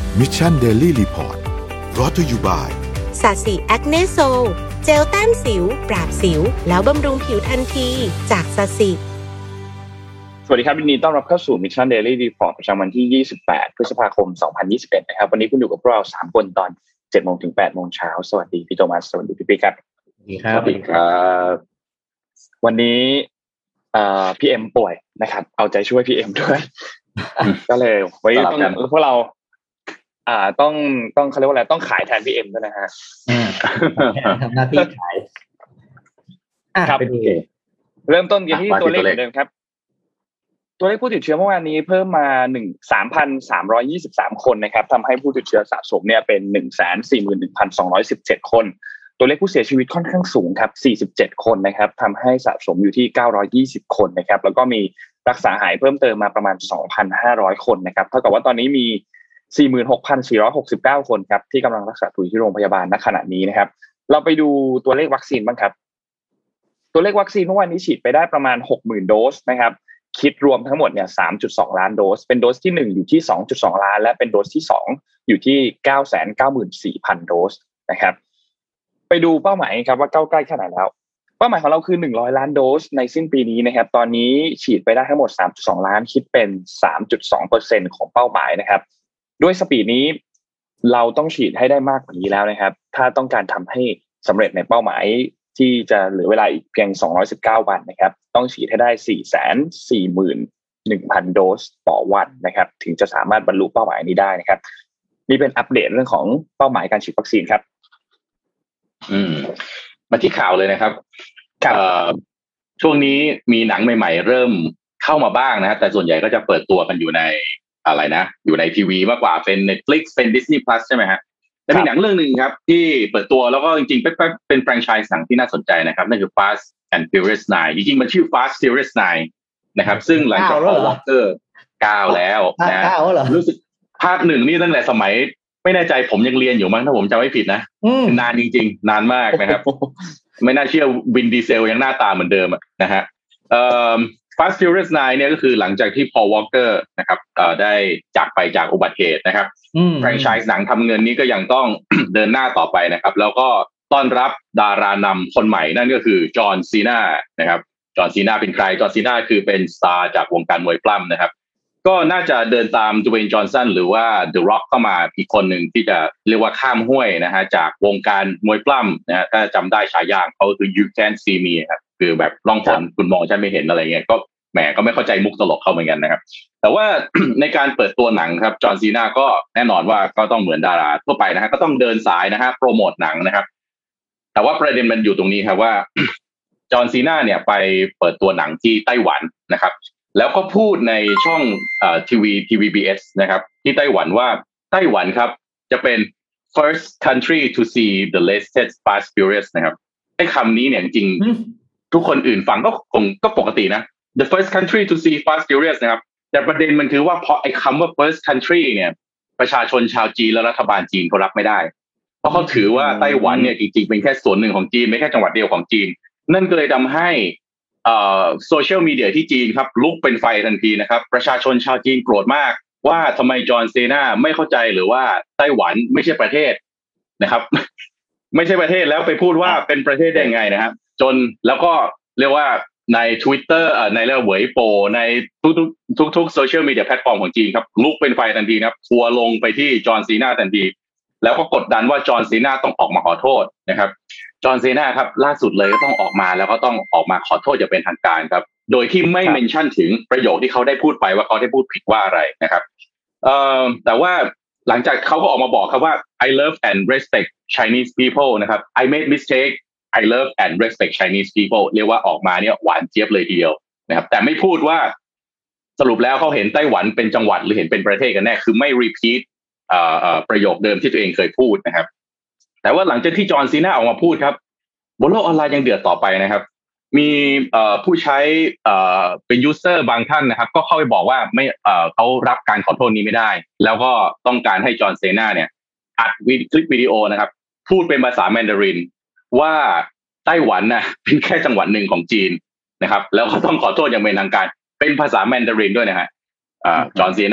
Mission Daily Report brought to you by สาสีแอคเนโซลเจลแต้มสิวปราบสิวแล้วบำรุงผิวทันทีจากสาสีสวัสดีครับยินดีต้อนรับเข้าสู่ Mission Daily Report ประจำวันที่28พฤษภาคม2021นะครับวันนี้คุณอยู่กับพวกเรา3คนตอน 7:00 น. ถึง 8:00 น. เช้าสวัสดีพี่โทมัสสวัสดีพี่ปิ๊กครับสวัสดีครับวันนี้พี่เอ็มป่วยนะครับเอาใจช่วยพี่เอ็มด้วยก็เลยไว้ต้องพวกเราต้องเขาเรียกว่าอะไรต้องขายแทนพี่เอ็มด้วยนะฮะทำหน้าที่ขายครับเริ่มต้นกันที่ตัวเลขเหมือนเดิมครับตัวเลขผู้ติดเชื้อเมื่อวานนี้เพิ่มมา 3,323 คนนะครับทำให้ผู้ติดเชื้อสะสมเนี่ยเป็น 141,217 คนตัวเลขผู้เสียชีวิตค่อนข้างสูงครับ47 คนนะครับทำให้สะสมอยู่ที่920 คนนะครับแล้วก็มีรักษาหายเพิ่มเติมมาประมาณ 2,500 คนนะครับเท่ากับว่าตอนนี้มี 46,469 คนครับที่กำลังรักษาตัวอยู่ที่โรงพยาบาลณขณะนี้นะครับเราไปดูตัวเลขวัคซีนบ้างครับตัวเลขวัคซีนเมื่อวานนี้ฉีดไปได้ประมาณ 60,000 โดสนะครับคิดรวมทั้งหมดเนี่ย 3.2 ล้านโดสเป็นโดสที่1อยู่ที่ 2.2 ล้านและเป็นโดสที่2อยู่ที่ 994,000 โดสนะครับไปดูเป้าหมายครับว่าใกล้แค่ไหนแล้วเป้าหมายของเราคือ100ล้านโดสในสิ้นปีนี้นะครับตอนนี้ฉีดไปได้ทั้งหมด 3.2 ล้านคิดเป็น 3.2% ของเป้าหมายนะครับด้วยสปีดนี้เราต้องฉีดให้ได้มากกว่านี้แล้วนะครับถ้าต้องการทำให้สำเร็จในเป้าหมายที่จะเหลือเวลาอีกเพียง219วันนะครับต้องฉีดให้ได้ 441,000 โดสต่อวันนะครับถึงจะสามารถบรรลุเป้าหมายนี้ได้นะครับนี่เป็นอัปเดตเรื่องของเป้าหมายการฉีดวัคซีนครับมาที่ข่าวเลยนะครับช่วงนี้มีหนังใหม่ๆเริ่มเข้ามาบ้างนะแต่ส่วนใหญ่ก็จะเปิดตัวกันอยู่ในอะไรนะอยู่ในทีวีมากกว่าเป็น Netflix เป็น Disney Plus ใช่ไหมฮะแต่มีหนังเรื่องนึงครับที่เปิดตัวแล้วก็จริงๆเป็นแฟรนไชส์หนังที่น่าสนใจนะครับนั่นคือ Fast and Furious 9 จริงๆมันชื่อ Fast Furious 9 นะครับซึ่งหลังจาก Paul Walker 9 แล้วนะรู้สึกภาค1นี่ตั้งแต่สมัยไม่แน่ใจผมยังเรียนอยู่มั้งถ้าผมจำไม่ผิดนะนานจริงๆนานมากนะครับไม่น่าเชื่อวินดีเซลยังหน้าตาเหมือนเดิมนะฮะFast Furious 9 เนี่ยก็คือหลังจากที่ Paul Walker นะครับได้จากไปจากอุบัติเหตุนะครับแฟรนไชส์หนังทำเงินนี้ก็ยังต้อง เดินหน้าต่อไปนะครับแล้วก็ต้อนรับดารานำคนใหม่นั่นก็คือจอห์นซีนานะครับจอห์นซีนาเป็นใครจอห์นซีนาคือเป็นสตาร์จากวงการมวยปล้ำนะครับก็น่าจะเดินตามดเวย์น จอห์นสันหรือว่า The Rock เข้ามาอีกคนหนึ่งที่จะเรียกว่าข้ามห้วยนะฮะจากวงการมวยปล้ำนะฮะถ้าจำได้ฉายาเขาคือ You Can't See Me ครับคือแบบล่องหนคุณมองฉันไม่เห็นอะไรเงี้ยก็แหมก็ไม่เข้าใจมุกตลกเข้าเหมือนกันนะครับแต่ว่า ในการเปิดตัวหนังครับจอห์นซีนาก็แน่นอนว่าก็ต้องเหมือนดาราทั่วไปนะฮะก็ต้องเดินสายนะฮะโปรโมทหนังนะครับแต่ว่าประเด็นมันอยู่ตรงนี้ครับว่า จอห์นซีนาเนี่ยไปเปิดตัวหนังที่ไต้หวันนะครับแล้วก็พูดในช่องTVBS นะครับที่ไต้หวันว่าไต้หวันครับจะเป็น first country to see the latest Fast Furious นะครับไอ้คำนี้เนี่ยจริงทุกคนอื่นฟังก็ปกตินะthe first country to see Fast Furious นะครับแต่ประเด็นมันคือว่าเพราะไอ้คำว่า first country เนี่ยประชาชนชาวจีนและรัฐบาลจีนเขารับไม่ได้เพราะเขาถือว่าไต้หวันเนี่ยจริงๆเป็นแค่ส่วนหนึ่งของจีนไม่แค่จังหวัดเดียวของจีนนั่นก็เลยทำให้โซเชียลมีเดียที่จีนครับลุกเป็นไฟทันทีนะครับประชาชนชาวจีนโกรธมากว่าทำไมจอห์นซีนาไม่เข้าใจหรือว่าไต้หวันไม่ใช่ประเทศนะครับ ไม่ใช่ประเทศแล้วไปพูดว่าเป็นประเทศได้ไงนะครับจนแล้วก็เรียกว่าใน Twitter ในเรื่องเหวยโปในทุกโซเชียลมีเดียแพลตฟอร์มของจีนครับลุกเป็นไฟทันทีครับทัวร์ลงไปที่จอห์นซีนาทันทีแล้วก็กดดันว่าจอห์นซีนาต้องออกมาขอโทษนะครับจอห์นซีนาครับล่าสุดเลยก็ต้องออกมาแล้วก็ต้องออกมาขอโทษอย่างเป็นทางการครับโดยที่ไม่เมนชั่นถึงประโยคที่เขาได้พูดไปว่าเขาได้พูดผิดว่าอะไรนะครับแต่ว่าหลังจากเขาก็ออกมาบอกครับว่า I love and respect Chinese people นะครับ I made mistake I love and respect Chinese people เรียกว่าออกมาเนี่ยหวานเจี๊ยบเลยทีเดียวนะครับแต่ไม่พูดว่าสรุปแล้วเขาเห็นไต้หวันเป็นจังหวัดหรือเห็นเป็นประเทศกันแน่คือไม่ repeat ประโยคเดิมที่ตัวเองเคยพูดนะครับแต่ว่าหลังจากที่จอห์นซีนาออกมาพูดครับบนโลกออนไลน์ยังเดือดต่อไปนะครับมีผู้ใช้เป็นยูเซอร์บางท่านนะครับก็เข้าไปบอกว่าไม่เขารับการขอโทษนี้ไม่ได้แล้วก็ต้องการให้จอห์นซีนาเนี่ยอัดคลิปวิดีโอนะครับพูดเป็นภาษาแมนดารินว่าไต้หวันน่ะเป็นแค่จังหวัดหนึ่งของจีนนะครับแล้วก็ต้องขอโทษอย่างเป็นทางการเป็นภาษาแมนดารินด้วยนะฮะจอห์นซีนา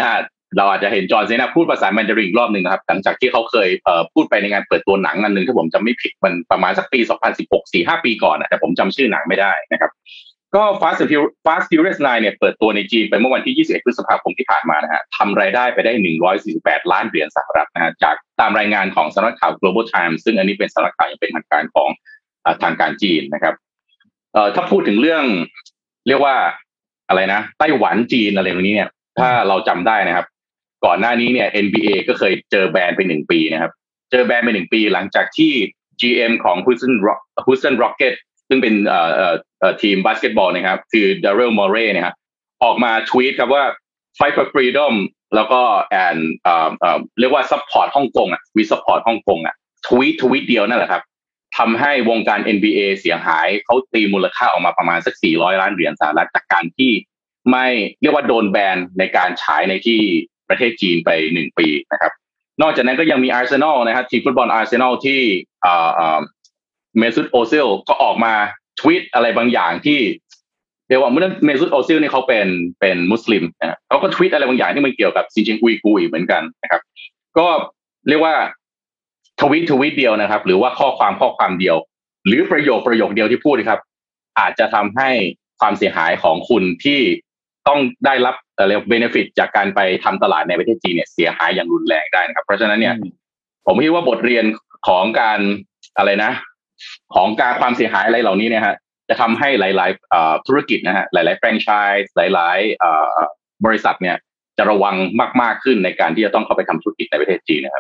เราอาจจะเห็นจอห์นซีนาพูดภาษาแมนดารินอีกรอบนึงนะครับหลังจากที่เขาเคยพูดไปในงานเปิดตัวหนังอันนึงถ้าผมจำไม่ผิดมันประมาณสักปี2016 4-5 ปีก่อนแต่ผมจำชื่อหนังไม่ได้นะครับก็ Fast Furious 9เนี่ยเปิดตัวในจีนไปเมื่อวันที่21 พฤษภาคมที่ผ่านมานะฮะทำรายได้ไปได้$148 ล้านนะฮะจากตามรายงานของสำนักข่าว Global Times ซึ่งอันนี้เป็นสำนักข่าวอย่างเป็นทางการของทางการจีนนะครับถ้าพูดถึงเรื่องเรียกว่าอะไรนะไต้หวันจีนอะไรแบบนี้เนี่ยถ้าเราจำได้นะครับก่อนหน้านี้เนี่ย NBA ก็เคยเจอแบนไป1 ปีนะครับเจอแบนไป1 ปีหลังจากที่ GM ของ Houston Rockets ซึ่งเป็นทีมบาสเกตบอลนะครับคือ Daryl Morey นะครับออกมาทวีตครับว่า Fight for Freedom แล้วก็เรียกว่า support ฮ่องกงอ่ะ we support ฮ่องกงอ่ะทวีตเดียวนั่นแหละครับทำให้วงการ NBA เสียหายเขาตีมูลค่าออกมาประมาณสัก$400 ล้านจากการที่ไม่เรียกว่าโดนแบนในการฉายในที่ประเทศจีนไป1 ปีนะครับนอกจากนั้นก็ยังมีอาร์เซนอลนะครับทีมฟุตบอลอาร์เซนอลที่เมซุตโอซิลก็ออกมาทวีตอะไรบางอย่างที่เรียกว่าเมื่อเมซุตโอซิลนี่เขาเป็นมุสลิมนะเขาก็ทวีตอะไรบางอย่างที่มันเกี่ยวกับซินเจียงอุยกูร์เหมือนกันนะครับก็เรียกว่าทวีตเดียวนะครับหรือว่าข้อความเดียวหรือประโยคเดียวที่พูดครับอาจจะทำให้ความเสียหายของคุณที่ต้องได้รับเรียก benefit จากการไปทำตลาดในประเทศจีนเนี่ยเสียหายอย่างรุนแรงได้นะครับเพราะฉะนั้นเนี่ยผมคิดว่าบทเรียนของการอะไรนะของการความเสียหายอะไรเหล่านี้เนี่ยฮะจะทำให้หลายๆธุรกิจนะฮะหลายๆแฟรนไชส์หลายๆบริษัทเนี่ยจะระวังมากๆขึ้นในการที่จะต้องเข้าไปทำธุรกิจในประเทศจีนนะครับ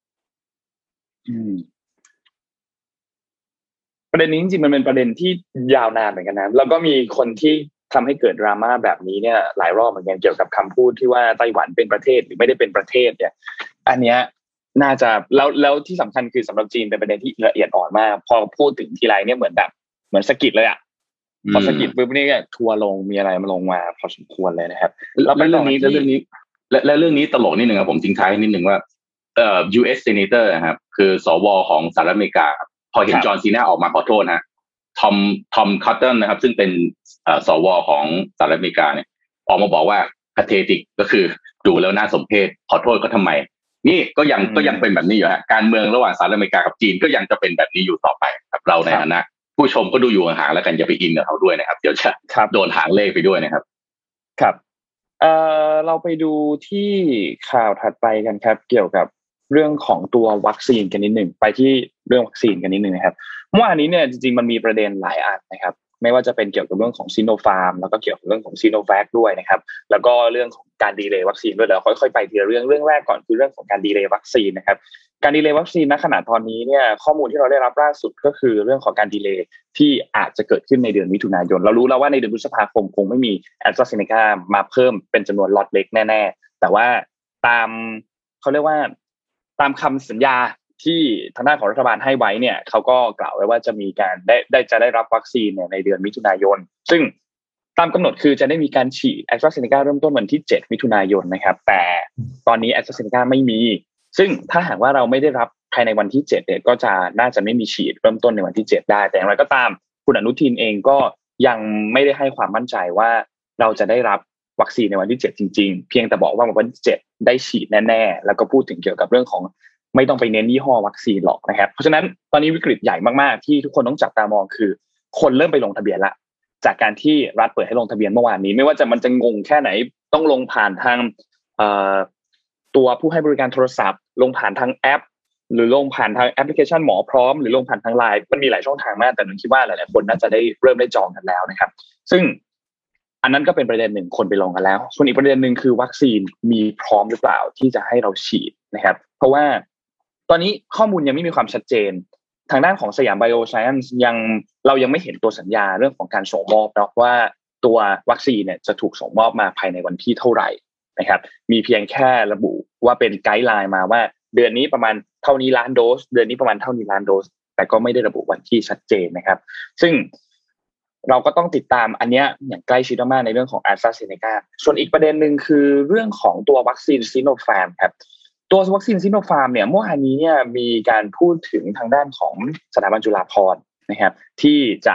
ประเด็นนี้จริงๆมันเป็นประเด็นที่ยาวนานเหมือนกันนะแล้วก็มีคนที่ทำให้เกิดดราม่าแบบนี้เนี่ยหลายรอบเหมือนกันเกี่ยวกับคำพูดที่ว่าไต้หวันเป็นประเทศหรือไม่ได้เป็นประเทศเนี่ยอันเนี้ยน่าจะแล้วที่สำคัญคือสำหรับจีนเป็นประเด็นที่ละเอียดอ่อนมากพอพูดถึงทีไรเนี่ยเหมือนสะกิดเลยอ่ะพอสะกิดปุ๊บนี่ทัวร์ลงมีอะไรมาลงมาพอสมควรเลยนะครับแล้วเรื่องนี้ตลกนิดนึงครับผมทิ้งท้ายนิดนึงว่าUS Senator นะครับคือสวของสหรัฐอเมริกาพอเห็นจอห์นซีนาออกมาขอโทษนะทอมคัตเติลนะครับซึ่งเป็นสวของสหรัฐอเมริกาเนี่ยออกมาบอกว่า pathetic ก็คือดูแล้วน่าสมเพชขอโทษก็ทำไมนี่ก็ยังเป็นแบบนี้อยู่ฮะการเมืองระหว่างสหรัฐอเมริกากับจีนก็ยังจะเป็นแบบนี้อยู่ต่อไปครับเราในฐานะผู้ชมก็ดูอยู่ห่างๆแล้วกันอย่าไปอินกับเขาด้วยนะครับเดี๋ยวจะโดนหางเลขไปด้วยนะครับครับเราไปดูที่ข่าวถัดไปกันครับเกี่ยวกับเรื่องของตัววัคซีนกันนิดหนึ่งไปที่เรื่องวัคซีนกันนิดหนึ่งนะครับเมื่อวานนี้เนี่ยจริงๆมันมีประเด็นหลายอันนะครับไม่ว่าจะเป็นเกี่ยวกับเรื่องของซิโนฟาร์มแล้วก็เกี่ยวกับเรื่องของซิโนแวคด้วยนะครับแล้วก็เรื่องของการดีเลย์วัคซีนด้วยเดี๋ยวค่อยๆไปทีละเรื่องแรกก่อนคือเรื่องของการดีเลย์วัคซีนนะครับการดีเลย์วัคซีนณขณะตอนนี้เนี่ยข้อมูลที่เราได้รับล่าสุดก็คือเรื่องของการดีเลย์ที่อาจจะเกิดขึ้นในเดือนมิถุนายนเรารู้แล้วว่าในเดือนพฤษภาคมคงไม่มี AstraZeneca มาเพิ่มเป็นจำนวนล็อตเล็กแน่ๆแต่ว่าตามเขาเรียกว่าตามคำสัญญาที่ทางด้านของรัฐบาลให้ไว้เนี่ยเขาก็กล่าวไว้ว่าจะมีการจะได้รับวัคซีนเนี่ยในเดือนมิถุนายนซึ่งตามกำหนดคือจะได้มีการฉีด AstraZeneca เริ่มต้นวันที่7มิถุนายนนะครับแต่ตอนนี้ AstraZeneca ไม่มีซึ่งถ้าหากว่าเราไม่ได้รับภายในวันที่7เนี่ยก็น่าจะไม่มีฉีดเริ่มต้นในวันที่7ได้แต่อย่างไรก็ตามคุณอนุทินเองก็ยังไม่ได้ให้ความมั่นใจว่าเราจะได้รับวัคซีนในวันที่7จริงๆเพียงแต่บอกว่าวันที่7ได้ฉีดแน่ๆแล้วก็พูดถึงเกี่ยวกับเรื่องของไม่ต้องไปเน้นยี่ห้อวัคซีนหรอกนะครับเพราะฉะนั้นตอนนี้วิกฤตใหญ่มากๆที่ทุกคนต้องจับตามองคือคนเริ่มไปลงทะเบียนละจากการที่รัฐเปิดให้ลงทะเบียนเมื่อวานนี้ไม่ว่ามันจะงงแค่ไหนต้องลงผ่านทางตัวผู้ให้บริการโทรศัพท์ลงผ่านทางแอปหรือลงผ่านทางแอปพลิเคชันหมอพร้อมหรือลงผ่านทาง LINE มันมีหลายช่องทางมากแต่ผมคิดว่าหลายๆคนน่าจะได้เริ่มได้จองกันแล้วนะครับซึ่งอันนั้นก็เป็นประเด็นหนึ่งคนไปลงกันแล้วส่วนอีกประเด็นหนึ่งคือวัคซีนมีพร้อมหรือเปล่าที่จะให้เราฉีดนะครับเพราะว่าตอนนี้ข้อมูลยังไม่มีความชัดเจนทางด้านของสยามไบโอไซเอนซ์เรายังไม่เห็นตัวสัญญาเรื่องของการส่งมอบนะว่าตัววัคซีนเนี่ยจะถูกส่งมอบมาภายในวันที่เท่าไหร่นะครับมีเพียงแค่ระบุว่าเป็นไกด์ไลน์มาว่าเดือนนี้ประมาณเท่านี้ล้านโดสเดือนนี้ประมาณเท่านี้ล้านโดสแต่ก็ไม่ได้ระบุวันที่ชัดเจนนะครับซึ่งเราก็ต้องติดตามอันเนี้ยอย่างใกล้ชิดมากในเรื่องของ AstraZeneca ส่วนอีกประเด็นนึงคือเรื่องของตัววัคซีนซิโนฟาร์มครับตัววัคซีนซิโนฟาร์มเนี่ยเมื่อวานนี้เนี่ยมีการพูดถึงทางด้านของสถาบันจุฬาภรณ์นะครับที่จะเต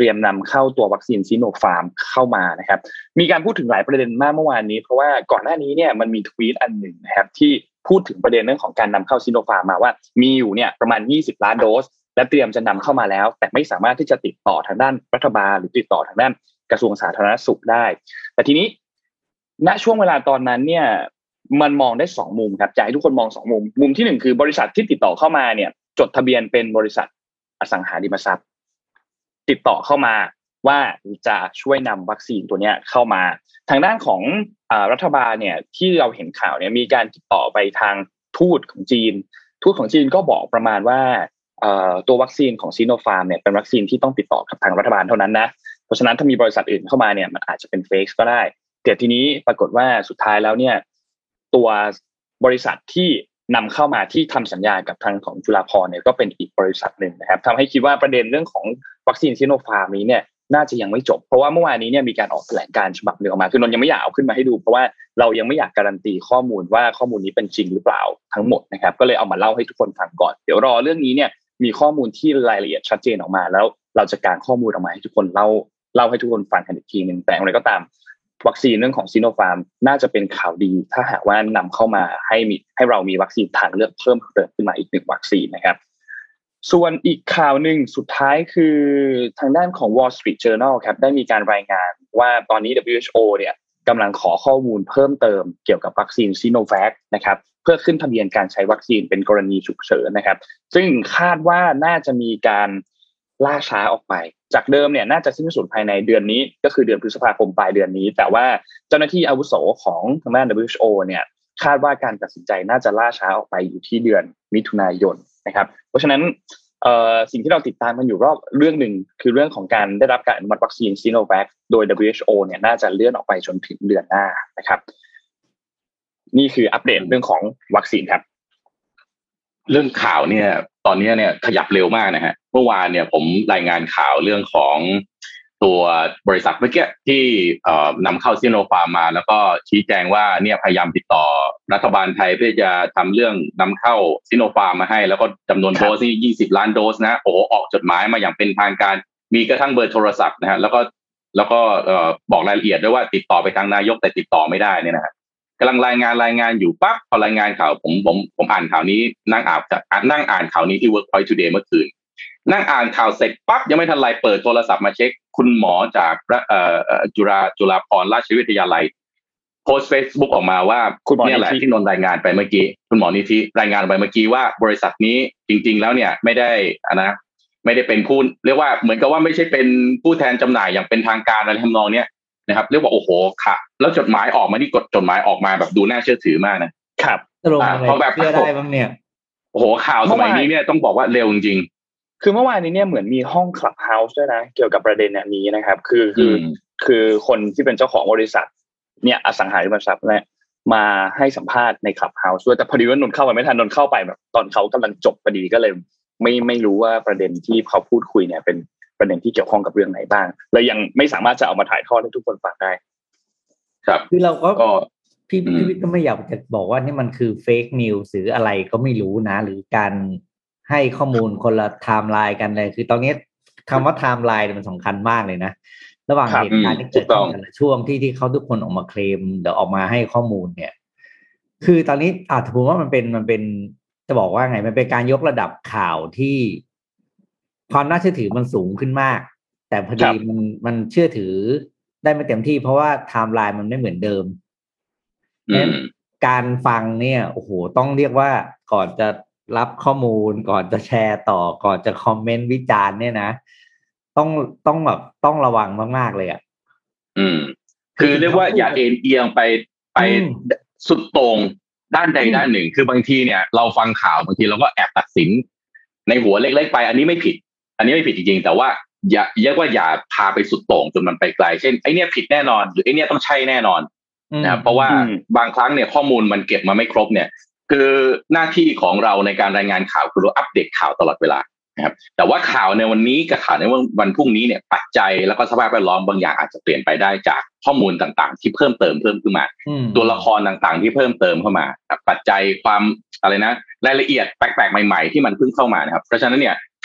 รียมนำเข้าตัววัคซีนซิโนฟาร์มเข้ามานะครับมีการพูดถึงหลายประเด็นมากเมื่อวานนี้เพราะว่าก่อนหน้านี้เนี่ยมันมีทวีตอันหนึ่งนะครับที่พูดถึงประเด็นเรื่องของการนำเข้าซิโนฟาร์มมาว่ามีอยู่เนี่ยประมาณ20ล้านโดสและเตรียมจะนำเข้ามาแล้วแต่ไม่สามารถที่จะติดต่อทางด้านรัฐบาลหรือติดต่อทางด้านกระทรวงสาธารณสุขได้แต่ทีนี้ณช่วงเวลาตอนนั้นเนี่ยมันมองได้2มุมครับจะให้ทุกคนมอง2มุมที่1คือบริษัทที่ติดต่อเข้ามาเนี่ยจดทะเบียนเป็นบริษัทอสังหาริมทรัพย์ติดต่อเข้ามาว่าจะช่วยนำวัคซีนตัวนี้เข้ามาทางด้านของรัฐบาลเนี่ยที่เราเห็นข่าวเนี่ยมีการติดต่อไปทางทูตของจีนก็บอกประมาณว่าตัววัคซีนของซิโนฟาร์มเนี่ยเป็นวัคซีนที่ต้องติดต่อกับทางรัฐบาลเท่านั้นนะเพราะฉะนั้นถ้ามีบริษัทอื่นเข้ามาเนี่ยมันอาจจะเป็นเฟกก็ได้แต่ทีนี้ปรากฏว่าสุดท้ายแล้วเนี่ยตัวบริษัทที่นำเข้ามาที่ทำสัญญากับทางของจุฬาภรณ์เนี่ยก็เป็นอีกบริษัทหนึ่งนะครับทำให้คิดว่าประเด็นเรื่องของวัคซีนซิโนฟาร์มนี้เนี่ยน่าจะยังไม่จบเพราะว่าเมื่อวานนี้เนี่ยมีการออกแถลงการณ์ฉบับหนึ่งออกมาคือนนยังไม่อยากเอาขึ้นมาให้ดูเพราะว่าเรายังไม่อยากการันตีข้อมูลว่าข้อมูลนี้เป็นจริงหรือเปล่าทั้งหมดนะครับก็เลยเอามาเล่าให้ทุกคนฟังก่อนเดี๋ยวรอเรื่องนี้เนี่ยมีข้อมูลที่รายละเอียดชัดเจนออกมาแล้วเราจะการข้อมูลออกมาให้ทุกคนเล่าให้ทุกคนฟังกันอีกทีนึงแต่อะไรก็ตามวัคซีนเรื่องของซิโนฟาร์มน่าจะเป็นข่าวดีถ้าหากว่านำเข้ามาให้เรามีวัคซีนทางเลือกเพิ่มเติมขึ้นมาอีก1วัคซีนนะครับส่วนอีกข่าวนึงสุดท้ายคือทางด้านของ Wall Street Journal ครับได้มีการรายงานว่าตอนนี้ WHO เนี่ยกำลังขอข้อมูลเพิ่มเติมเกี่ยวกับวัคซีนซิโนแวคนะครับเพื่อขึ้นทะเบียนการใช้วัคซีนเป็นกรณีฉุกเฉินนะครับซึ่งคาดว่าน่าจะมีการล่าช้าออกไปจากเดิมเนี่ยน่าจะสิ้นสุดภายในเดือนนี้ก็คือเดือนพฤษภาคมปลายเดือนนี้แต่ว่าเจ้าหน้าที่อาวุโสของทางด้าน WHO เนี่ยคาดว่าการตัดสินใจน่าจะล่าช้าออกไปอยู่ที่เดือนมิถุนายนนะครับเพราะฉะนั้นสิ่งที่เราติดตามกันอยู่รอบเรื่องหนึ่งคือเรื่องของการได้รับการอนุมัติวัคซีนซิโนแวคโดย WHO เนี่ยน่าจะเลื่อนออกไปจนถึงเดือนหน้านะครับนี่คืออัปเดตเรื่องของวัคซีนครับเรื่องข่าวเนี่ยตอนนี้เนี่ยขยับเร็วมากนะฮะเมื่อวานเนี่ยผมรายงานข่าวเรื่องของตัวบริษัทเมื่อกี้ที่นำเข้าซิโนฟาร์มมาแล้วก็ชี้แจงว่าเนี่ยพยายามติดต่อรัฐบาลไทยเพื่อจะทำเรื่องนำเข้าซิโนฟาร์มมาให้แล้วก็จำนวนโดสนี่20ล้านโดสนะโอ้โหออกจดหมายมาอย่างเป็นทางการมีกระทั่งเบอร์โทรศัพท์นะฮะแล้วก็บอกรายละเอียดด้วยว่าติดต่อไปทางนายกแต่ติดต่อไม่ได้เนี่ยนะฮะกำลังรายงานอยู่ปั๊บพอรายงานข่าวผมอ่านข่าวนี้นั่งอ่านข่าวนี้ที่ Workpoint Today เมื่อคืนนั่งอ่านข่าวเสร็จปั๊บยังไม่ทันไรเปิดโทรศัพท์มาเช็คคุณหมอจากจุฬาภรณราชวิทยาลัยโพสต์ Facebook ออกมาว่าเนี่ยแหละที่นนรายงานไปเมื่อกี้คุณหมอนิธิรายงานไปเมื่อกี้ว่าบริษัทนี้จริงๆแล้วเนี่ยไม่ได้เป็นผู้เรียกว่าเหมือนกับว่าไม่ใช่เป็นผู้แทนจำหน่ายอย่างเป็นทางการอะไรทำนองเนี้ยนะครับเรียกว่าโอ้โหค่ะแล้วจดหมายออกมานี่จดหมายออกมาแบบดูน่าเชื่อถือมากนะครับเพราะแบบเชื่อได้บ้างเนี่ยโอ้โหข่าวสมัยนี้เนี่ยต้องบอกว่าเร็วจริงคือเมื่อวานนี้เนี่ยเหมือนมีห้อง Clubhouse ด้วยนะเกี่ยวกับประเด็นนี้นะครับคือคนที่เป็นเจ้าของบริษัทเนี่ยอสังหาริมทรัพย์เนี่ยมาให้สัมภาษณ์ใน Clubhouse ด้วยแต่พอดีว่านนเข้าไปไม่ทันนนเข้าไปแบบตอนเขากำลังจบพอดีก็เลยไม่รู้ว่าประเด็นที่เขาพูดคุยเนี่ยเป็นประเด็นที่เกี่ยวข้องกับเรื่องไหนบ้างเลยยังไม่สามารถจะเอามาถ่ายทอดให้ทุกคนฟังได้ครับคือเราก็พี่ก็ไม่อยากจะบอกว่านี่มันคือเฟกนิวส์หรืออะไรก็ไม่รู้นะหรือการให้ข้อมูลคนละไทม์ไลน์กันเลยคือตอนนี้คำว่าไทม์ไลน์มันสำคัญมากเลยนะระหว่างเหตุการณ์ที่เกิดขึ้นแต่ละช่วงที่เขาทุกคนออกมาเคลมเดี๋ยวออกมาให้ข้อมูลเนี่ยคือตอนนี้ผมว่ามันเป็นจะบอกว่าไงมันเป็นการยกระดับข่าวที่ความน่าเชื่อถือมันสูงขึ้นมากแต่พอดีมันเชื่อถือได้ไม่เต็มที่เพราะว่าไทม์ไลน์มันไม่เหมือนเดิมงั้นการฟังเนี่ยโอ้โหต้องเรียกว่าก่อนจะรับข้อมูลก่อนจะแชร์ต่อก่อนจะคอมเมนต์วิจารณ์เนี่ยนะต้องแบบต้องระวังมากๆเลยคือเรียกว่าอย่าเอ็นเอียงไปสุดตรงด้านใดด้านหนึ่งคือบางทีเนี่ยเราฟังข่าวบางทีเราก็แอบตัดสินในหัวเล็กๆไปอันนี้ไม่ผิดจริงๆแต่ว่าอย่าพาไปสุดโต่งจนมันไปไกลเช่นไอ้เนี่ยผิดแน่นอนหรือไอ้เนี่ยต้องใช่แน่นอนนะเพราะว่าบางครั้งเนี่ยข้อมูลมันเก็บมาไม่ครบเนี่ยคือหน้าที่ของเราในการรายงานข่าวคือเราอัปเดตข่าวตลอดเวลานะครับแต่ว่าข่าวในวันนี้กับข่าวในวันพรุ่งนี้เนี่ยปัจจัยแล้วก็สภาพแวดล้อมบางอย่างอาจจะเปลี่ยนไปได้จากข้อมูลต่างๆที่เพิ่มขึ้นมาตัวละครต่างๆที่เพิ่มเติมเข้ามาปัจจัยความอะไรนะรายละเอียดแปลกๆใหม่ๆที่มันเพิ่งเข้ามานะครับเพราะฉะนั้นเนี่ยไท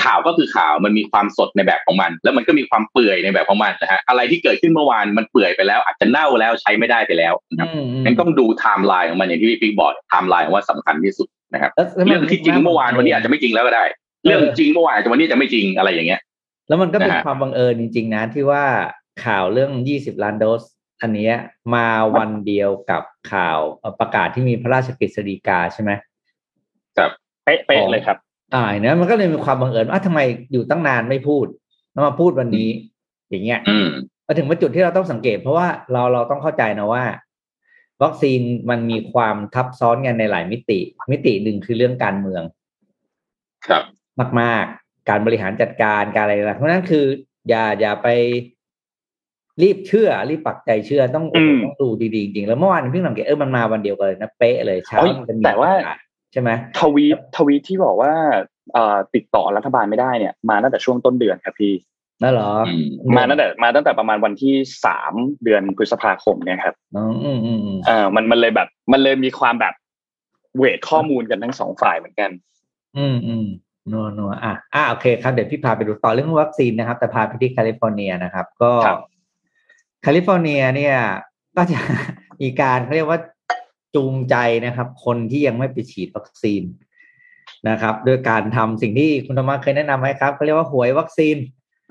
ข่าวก็คือข่าวมันมีความสดในแบบของมันแล้วมันก็มีความเปื่อยในแบบของมันนะฮะอะไรที่เกิดขึ้นเมื่อวานมันเปื่อยไปแล้วอาจจะเน่าแล้วใช้ไม่ได้ไปแล้วนะครับงั้นต้องดูไทม์ไลน์ของมันอย่างที่พี่ปิ๊กบอกไทม์ไลน์ว่าสำคัญที่สุดนะครับเรื่องที่จริงเมื่อวานวันนี้อาจจะไม่จริงแล้วก็ได้เรื่องจริงเมื่อวานอาจจะวันนี้จะไม่จริงอะไรอย่างเงี้ยแล้วมันก็เป็นความบังเอิญจริงๆนะที่ว่าข่าวเรื่อง20ล้านโดสอันนี้มาวันเดียวกับข่าวประกาศที่มีพระราชกฤษฎีกาใช่ไหมครับเป๊ะเลยครับเนี่ยมันก็เลยมีความบังเอิญว่าทำไมอยู่ตั้งนานไม่พูดแล้วมาพูดวันนี้อย่างเงี้ยมาถึงจุดที่เราต้องสังเกตเพราะว่าเราต้องเข้าใจนะว่าวัคซีนมันมีความทับซ้อนกันในหลายมิติหนึ่งคือเรื่องการเมืองครับมากๆการบริหารจัดการการอะไรเพราะนั้นคืออย่าไปรีบเชื่อรีบปักใจเชื่อต้องดูดีๆจริงๆแล้วเมื่อวานพี่สังเกตมันมาวันเดียวกันเลยนะเป๊ะเลยเช้ามันแต่ว่าใช่ไหมทวีตที่บอกว่าติดต่อรัฐบาลไม่ได้เนี่ยมาตั้งแต่ช่วงต้นเดือนครับพี่นั่นเหรอมาตั้งแต่ประมาณวันที่3เดือนพฤษภาคมเนี่ยครับมันเลยแบบมันเลยมีความแบบเวทข้อมูลกันทั้งสองฝ่ายเหมือนกันนัวโอเคครับเดี๋ยวพี่พาไปดูต่อเรื่องวัคซีนนะครับแต่พาไปที่แคลิฟอร์เนียนะครับก็แคลิฟอร์เนียเนี่ยก็จะมีการเรียกว่าจูงใจนะครับคนที่ยังไม่ไปฉีดวัคซีนนะครับโดยการทำสิ่งที่คุณธรรมะเคยแนะนำไหมครับเขาเรียกว่าหวยวัคซีน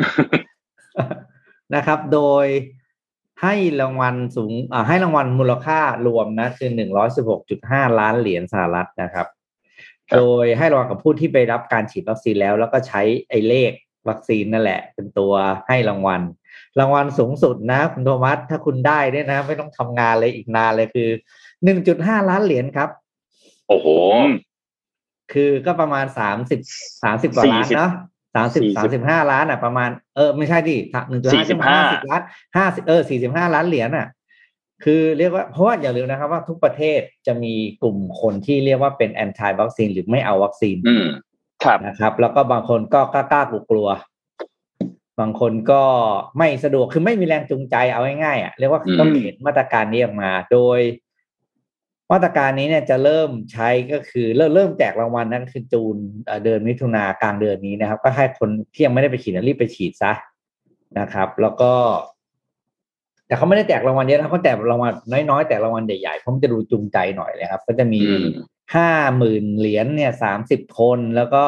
นะครับโดยให้รางวัลสูงให้รางวัลมูลค่ารวมนะคือ 116.5 ล้านเหรียญสหรัฐนะครับโดยให้รางวัลกับผู้ที่ไปรับการฉีดวัคซีนแล้วก็ใช้ไอ้เลขวัคซีนนั่นแหละเป็นตัวให้รางวัลสูงสุดนะคุณโทมัสถ้าคุณได้เนี่ยนะไม่ต้องทำงานเลยอีกนานเลยคือ 1.5 ล้านเหรียญครับโอ้โหคือก็ประมาณ30กว่าล้านเนาะ35ล้านประมาณไม่ใช่ดิ 1.5 ล้าน45ล้านเหรียญคือเรียกว่าเพราะว่าอย่าลืมนะครับว่าทุกประเทศจะมีกลุ่มคนที่เรียกว่าเป็นแอนตี้วัคซีนหรือไม่เอาวัคซีนนะครับแล้วก็บางคนก็กล้ากลัวบางคนก็ไม่สะดวกคือไม่มีแรงจูงใจเอาง่ายๆเรียกว่าต้องเห็นมาตรการนี้ออกมาโดยมาตรการนี้เนี่ยจะเริ่มใช้ก็คือเริ่มแจกรางวัลนั่นคือจูนเดือนมิถุนากลางเดือนนี้นะครับก็ให้คนที่ยังไม่ได้ไปฉีดรีบไปฉีดซะนะครับแล้วก็แต่เขาไม่ได้แจกรางวัลเยอะนะเขาแจกรางวัลน้อยๆแต่รางวัลใหญ่ๆผมจะดูจูงใจหน่อยเลยครับก็จะมี 50,000 เหรียญเนี่ย30คนแล้วก็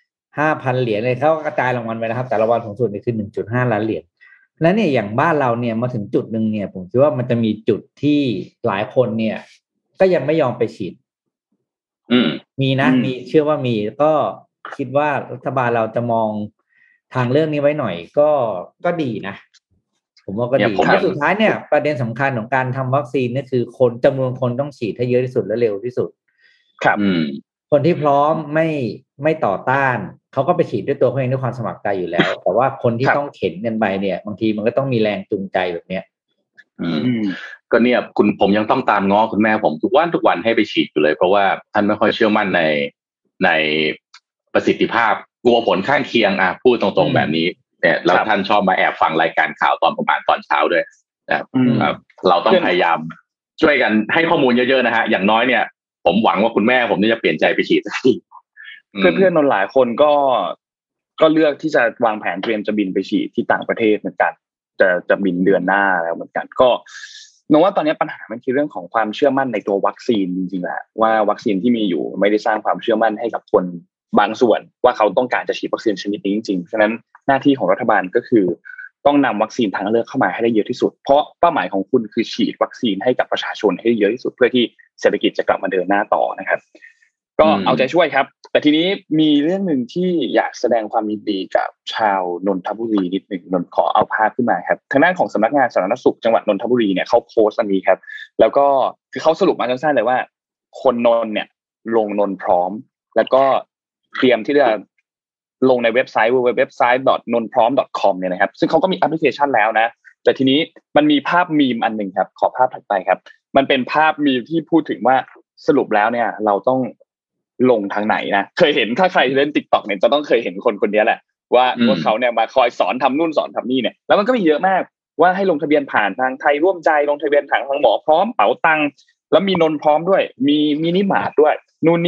5,000 เหรียญเลยเขาก็กระจายรางวัลไปนะครับแต่รางวัลสูงสุดนี่คือ 1.5 ล้านเหรียญแล้วเนี่ยอย่างบ้านเราเนี่ยมาถึงจุดนึงเนี่ยผมคิดว่ามันจะมีจุดที่หลายคนเนี่ยก็ยังไม่ยอมไปฉีดมีนะมีเชื่อว่ามีก็คิดว่ารัฐบาลเราจะมองทางเรื่องนี้ไว้หน่อยก็ดีนะผมว่าก็ดีแต่สุดท้ายเนี่ยประเด็นสำคัญของการทำวัคซีนนี่คือคนจำนวนคนต้องฉีดให้เยอะที่สุดและเร็วที่สุดครับคนที่พร้อมไม่ต่อต้านเขาก็ไปฉีดด้วยตัวเขาเองด้วยความสมัครใจอยู่แล้วแต่ว่าคนที่ต้องเข็นกันไปเนี่ยบางทีมันก็ต้องมีแรงจูงใจแบบเนี้ยก็เนี่ยผมยังต้องตามง้อคุณแม่ผมทุกวันให้ไปฉีดอยู่เลยเพราะว่าท่านไม่ค่อยเชื่อมั่นในประสิทธิภาพกลัวผลข้างเคียงพูดตรงๆแบบนี้เนี่ยแล้วท่านชอบมาแอบฟังรายการข่าวตอนประมาณตอนเช้าด้วยนะครับเราต้องพยายามช่วยกันให้ข้อมูลเยอะๆนะฮะอย่างน้อยเนี่ยผมหวังว่าคุณแม่ผมจะเปลี่ยนใจไปฉีดสักทีเพื่อนๆนนหลายคนก็เลือกที่จะวางแผนเตรียมจะบินไปฉีดที่ต่างประเทศเหมือนกันจะบินเดือนหน้าแล้วเหมือนกันก็นึกว่าตอนนี้ปัญหามันคือเรื่องของความเชื่อมั่นในตัววัคซีนจริงๆแหละว่าวัคซีนที่มีอยู่ไม่ได้สร้างความเชื่อมั่นให้กับคนบางส่วนว่าเขาต้องการจะฉีดวัคซีนชนิดนี้จริงๆฉะนั้นหน้าที่ของรัฐบาลก็คือต้องนำวัคซีนทางเลือกเข้ามาให้ได้เยอะที่สุดเพราะเป้าหมายของคุณคือฉีดวัคซีนให้กับประชาชนให้เยอะที่สุดเพื่อที่เศรษฐกิจจะกลับมาเดินหน้าต่อนะครับก็เอาใจช่วยครับแต่ทีนี้มีเรื่องนึงที่อยากแสดงความยินดีกับชาวนนทบุรีนิดนึงนนขอเอาภาพขึ้นมาครับทางด้านของสำนักงานสาธารณสุขจังหวัดนนทบุรีเนี่ยเขาโพสต์อันนี้ครับแล้วก็คือเขาสรุปมาสั้นๆเลยว่าคนนนเนี่ยลงนนพร้อมแล้วก็เตรียมที่จะลงในเว็บไซต์ www.nonprom.com เนี่ยนะครับซึ่งเขาก็มีแอปพลิเคชันแล้วนะแต่ทีนี้มันมีภาพมีมอันนึงครับขอภาพถัดไปครับมันเป็นภาพมีมที่พูดถึงว่าสรุปแล้วเนี่ยเราต้องลงทางไหนนะเคยเห็นถ้าใครเล่น TikTok เนี่ยจะต้องเคยเห็นคนนี้แหละว่าเขาเนี่ยมาคอยสอนทำนู่นสอนทำนี่เนี่ยแล้วมันก็มีเยอะมากว่าให้ลงทะเบียนผ่านทางไทยร่วมใจลงทะเบียนทางหมอพร้อมเป๋าตังแล้วมีนนพร้อมด้วยมีมินิมาร์ทด้วยนู่นนี่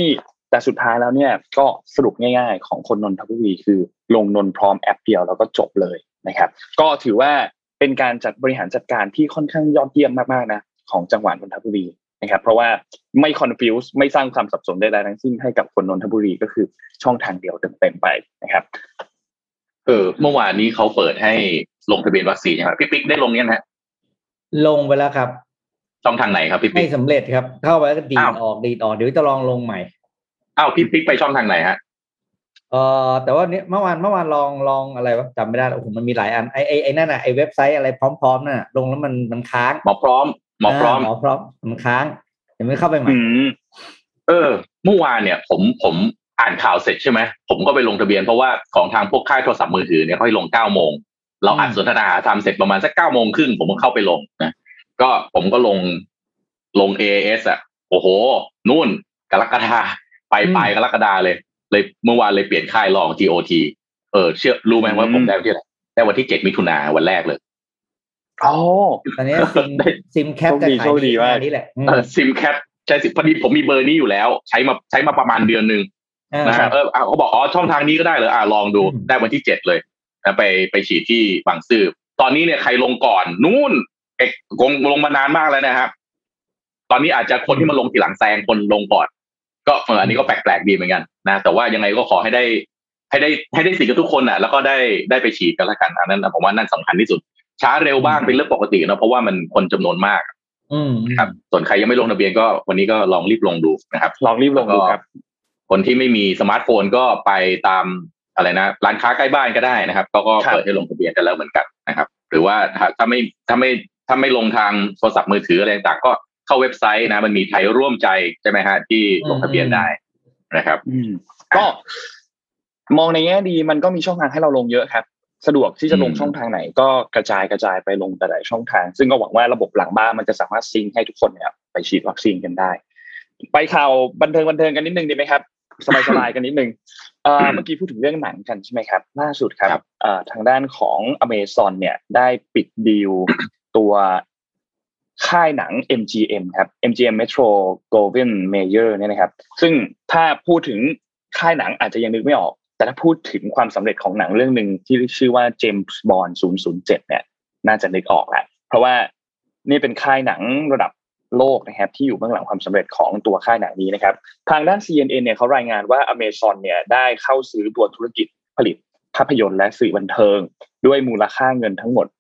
แต่สุดท้ายแล้วเนี่ยก็สรุปง่ายๆของคนนนทบุรีคือลงนนพร้อมแอปเดียวแล้วก็จบเลยนะครับก็ถือว่าเป็นการจัดบริหารจัดการที่ค่อนข้างยอดเยี่ยมมากๆนะของจังหวัดนนทบุรีนะครับเพราะว่าไม่คอนฟิวส์ไม่สร้างความสับสนใดๆทั้งสิ้นให้กับคนนนทบุรีก็คือช่องทางเดียวเต็มๆไปนะครับเมื่อวานนี้เขาเปิดให้ลงทะเบียนวัคซีนใช่ไหมพี่ปิ๊กได้ลงยังฮะลงไปแล้วครับช่องทางไหนครับพี่ปิ๊กไม่สำเร็จครับเข้าไปก็ดีดออกเดี๋ยวจะลองลงใหม่พี่ปิ๊กไปช่องทางไหนฮะแต่ว่าเมื่อวานลองอะไรวะจำไม่ได้โอ้โหมันมีหลายอันไอ้นั่นน่ะไอ้เว็บไซต์อะไรพร้อมๆน่ะลงแล้วมันค้างหมอพร้อมมันค้างยังไม่เข้าไปใหม่เมื่อวานเนี่ยผมอ่านข่าวเสร็จใช่ไหมผมก็ไปลงทะเบียนเพราะว่าของทางพวกค่ายโทรศัพท์มือถือเนี่ยเขาให้ลง 9 โมงเราอัดสนทนาทำเสร็จประมาณสัก 9 โมงครึ่งผมก็เข้าไปลงนะก็ผมก็ลง AAS อ่ะโอ้โหนู่นกรกฎาไปกรกฎาเลยเมื่อวานเลยเปลี่ยนค่ายลอง TOT เชื่อรู้ไหมว่าผมได้วันที่อะไรได้วันที่7 มิถุนายนวันแรกเลยตอนนี้ซิมแคปจะขายดีมากนี่แหละซิมแคปใช่พอดีผมมีเบอร์นี้อยู่แล้วใช้มาประมาณเดือนนึงนะครับเขาบอกช่องทางนี้ก็ได้เหรอลองดูได้วันที่7เลยนะไปฉีดที่บางซื่อตอนนี้เนี่ยใครลงก่อนนู่นลงมานานมากแล้วนะครับตอนนี้อาจจะคนที่มาลงทีหลังแซงคนลงก่อนก็อันนี้ก็แปลกๆดีเหมือนกันนะแต่ว่ายังไงก็ขอให้ได้สิทธิ์กับทุกคนน่ะแล้วก็ได้ไปฉีดกันละกันอันนั้นผมว่านั่นสำคัญที่สุดช้าเร็วบ้างเป็นเรื่องปกตินะเพราะว่ามันคนจำนวนมากครับส่วนใครยังไม่ลงทะเบียนก็วันนี้ก็ลองรีบลงดูนะครับลองรีบลงดูครับคนที่ไม่มีสมาร์ทโฟนก็ไปตามอะไรนะร้านค้าใกล้บ้านก็ได้นะครับก็เปิดให้ลงทะเบียนกันแล้วเหมือนกันนะครับหรือว่าถ้าไม่ลงทางโทรศัพท์มือถืออะไรต่างก็เข้าเว็บไซต์นะมันมีไทยร่วมใจใช่ไหมฮะที่ลงทะเบียนได้นะครับก็มองในแง่ดีมันก็มีช่องทางให้เราลงเยอะครับสะดวกที่จะลงช่องทางไหนก็กระจายไปลงแต่ละช่องทางซึ่งก็หวังว่าระบบหลังบ้านมันจะสามารถซิงค์ให้ทุกคนเนี่ยไปฉีดวัคซีนกันได้ไปข่าวบันเทิงกันนิดนึงดีไหมครับสบายกันนิดนึงเมื่อกี้พูดถึงเรื่องหนังกันใช่ไหมครับล่าสุดครับทางด้านของ Amazon เนี่ยได้ปิดดีลตัวค่ายหนัง MGM ครับ MGM Metro Goldwyn Mayer เนี่ยนะครับซึ่งถ้าพูดถึงค่ายหนังอาจจะยังนึกไม่ออกแต่ถ้าพูดถึงความสำเร็จของหนังเรื่องนึงที่ชื่อว่า James Bond 007เนี่ยน่าจะนึกออกแหละเพราะว่านี่เป็นค่ายหนังระดับโลกนะครับที่อยู่เบื้องหลังความสำเร็จของตัวค่ายหนังนี้นะครับทางด้าน CNN เนี่ยเขารายงานว่า Amazon เนี่ยได้เข้าซื้อตัวธุรกิจผลิตภาพยนตร์และสื่อบันเทิงด้วยมูลค่าเงินทั้งหมด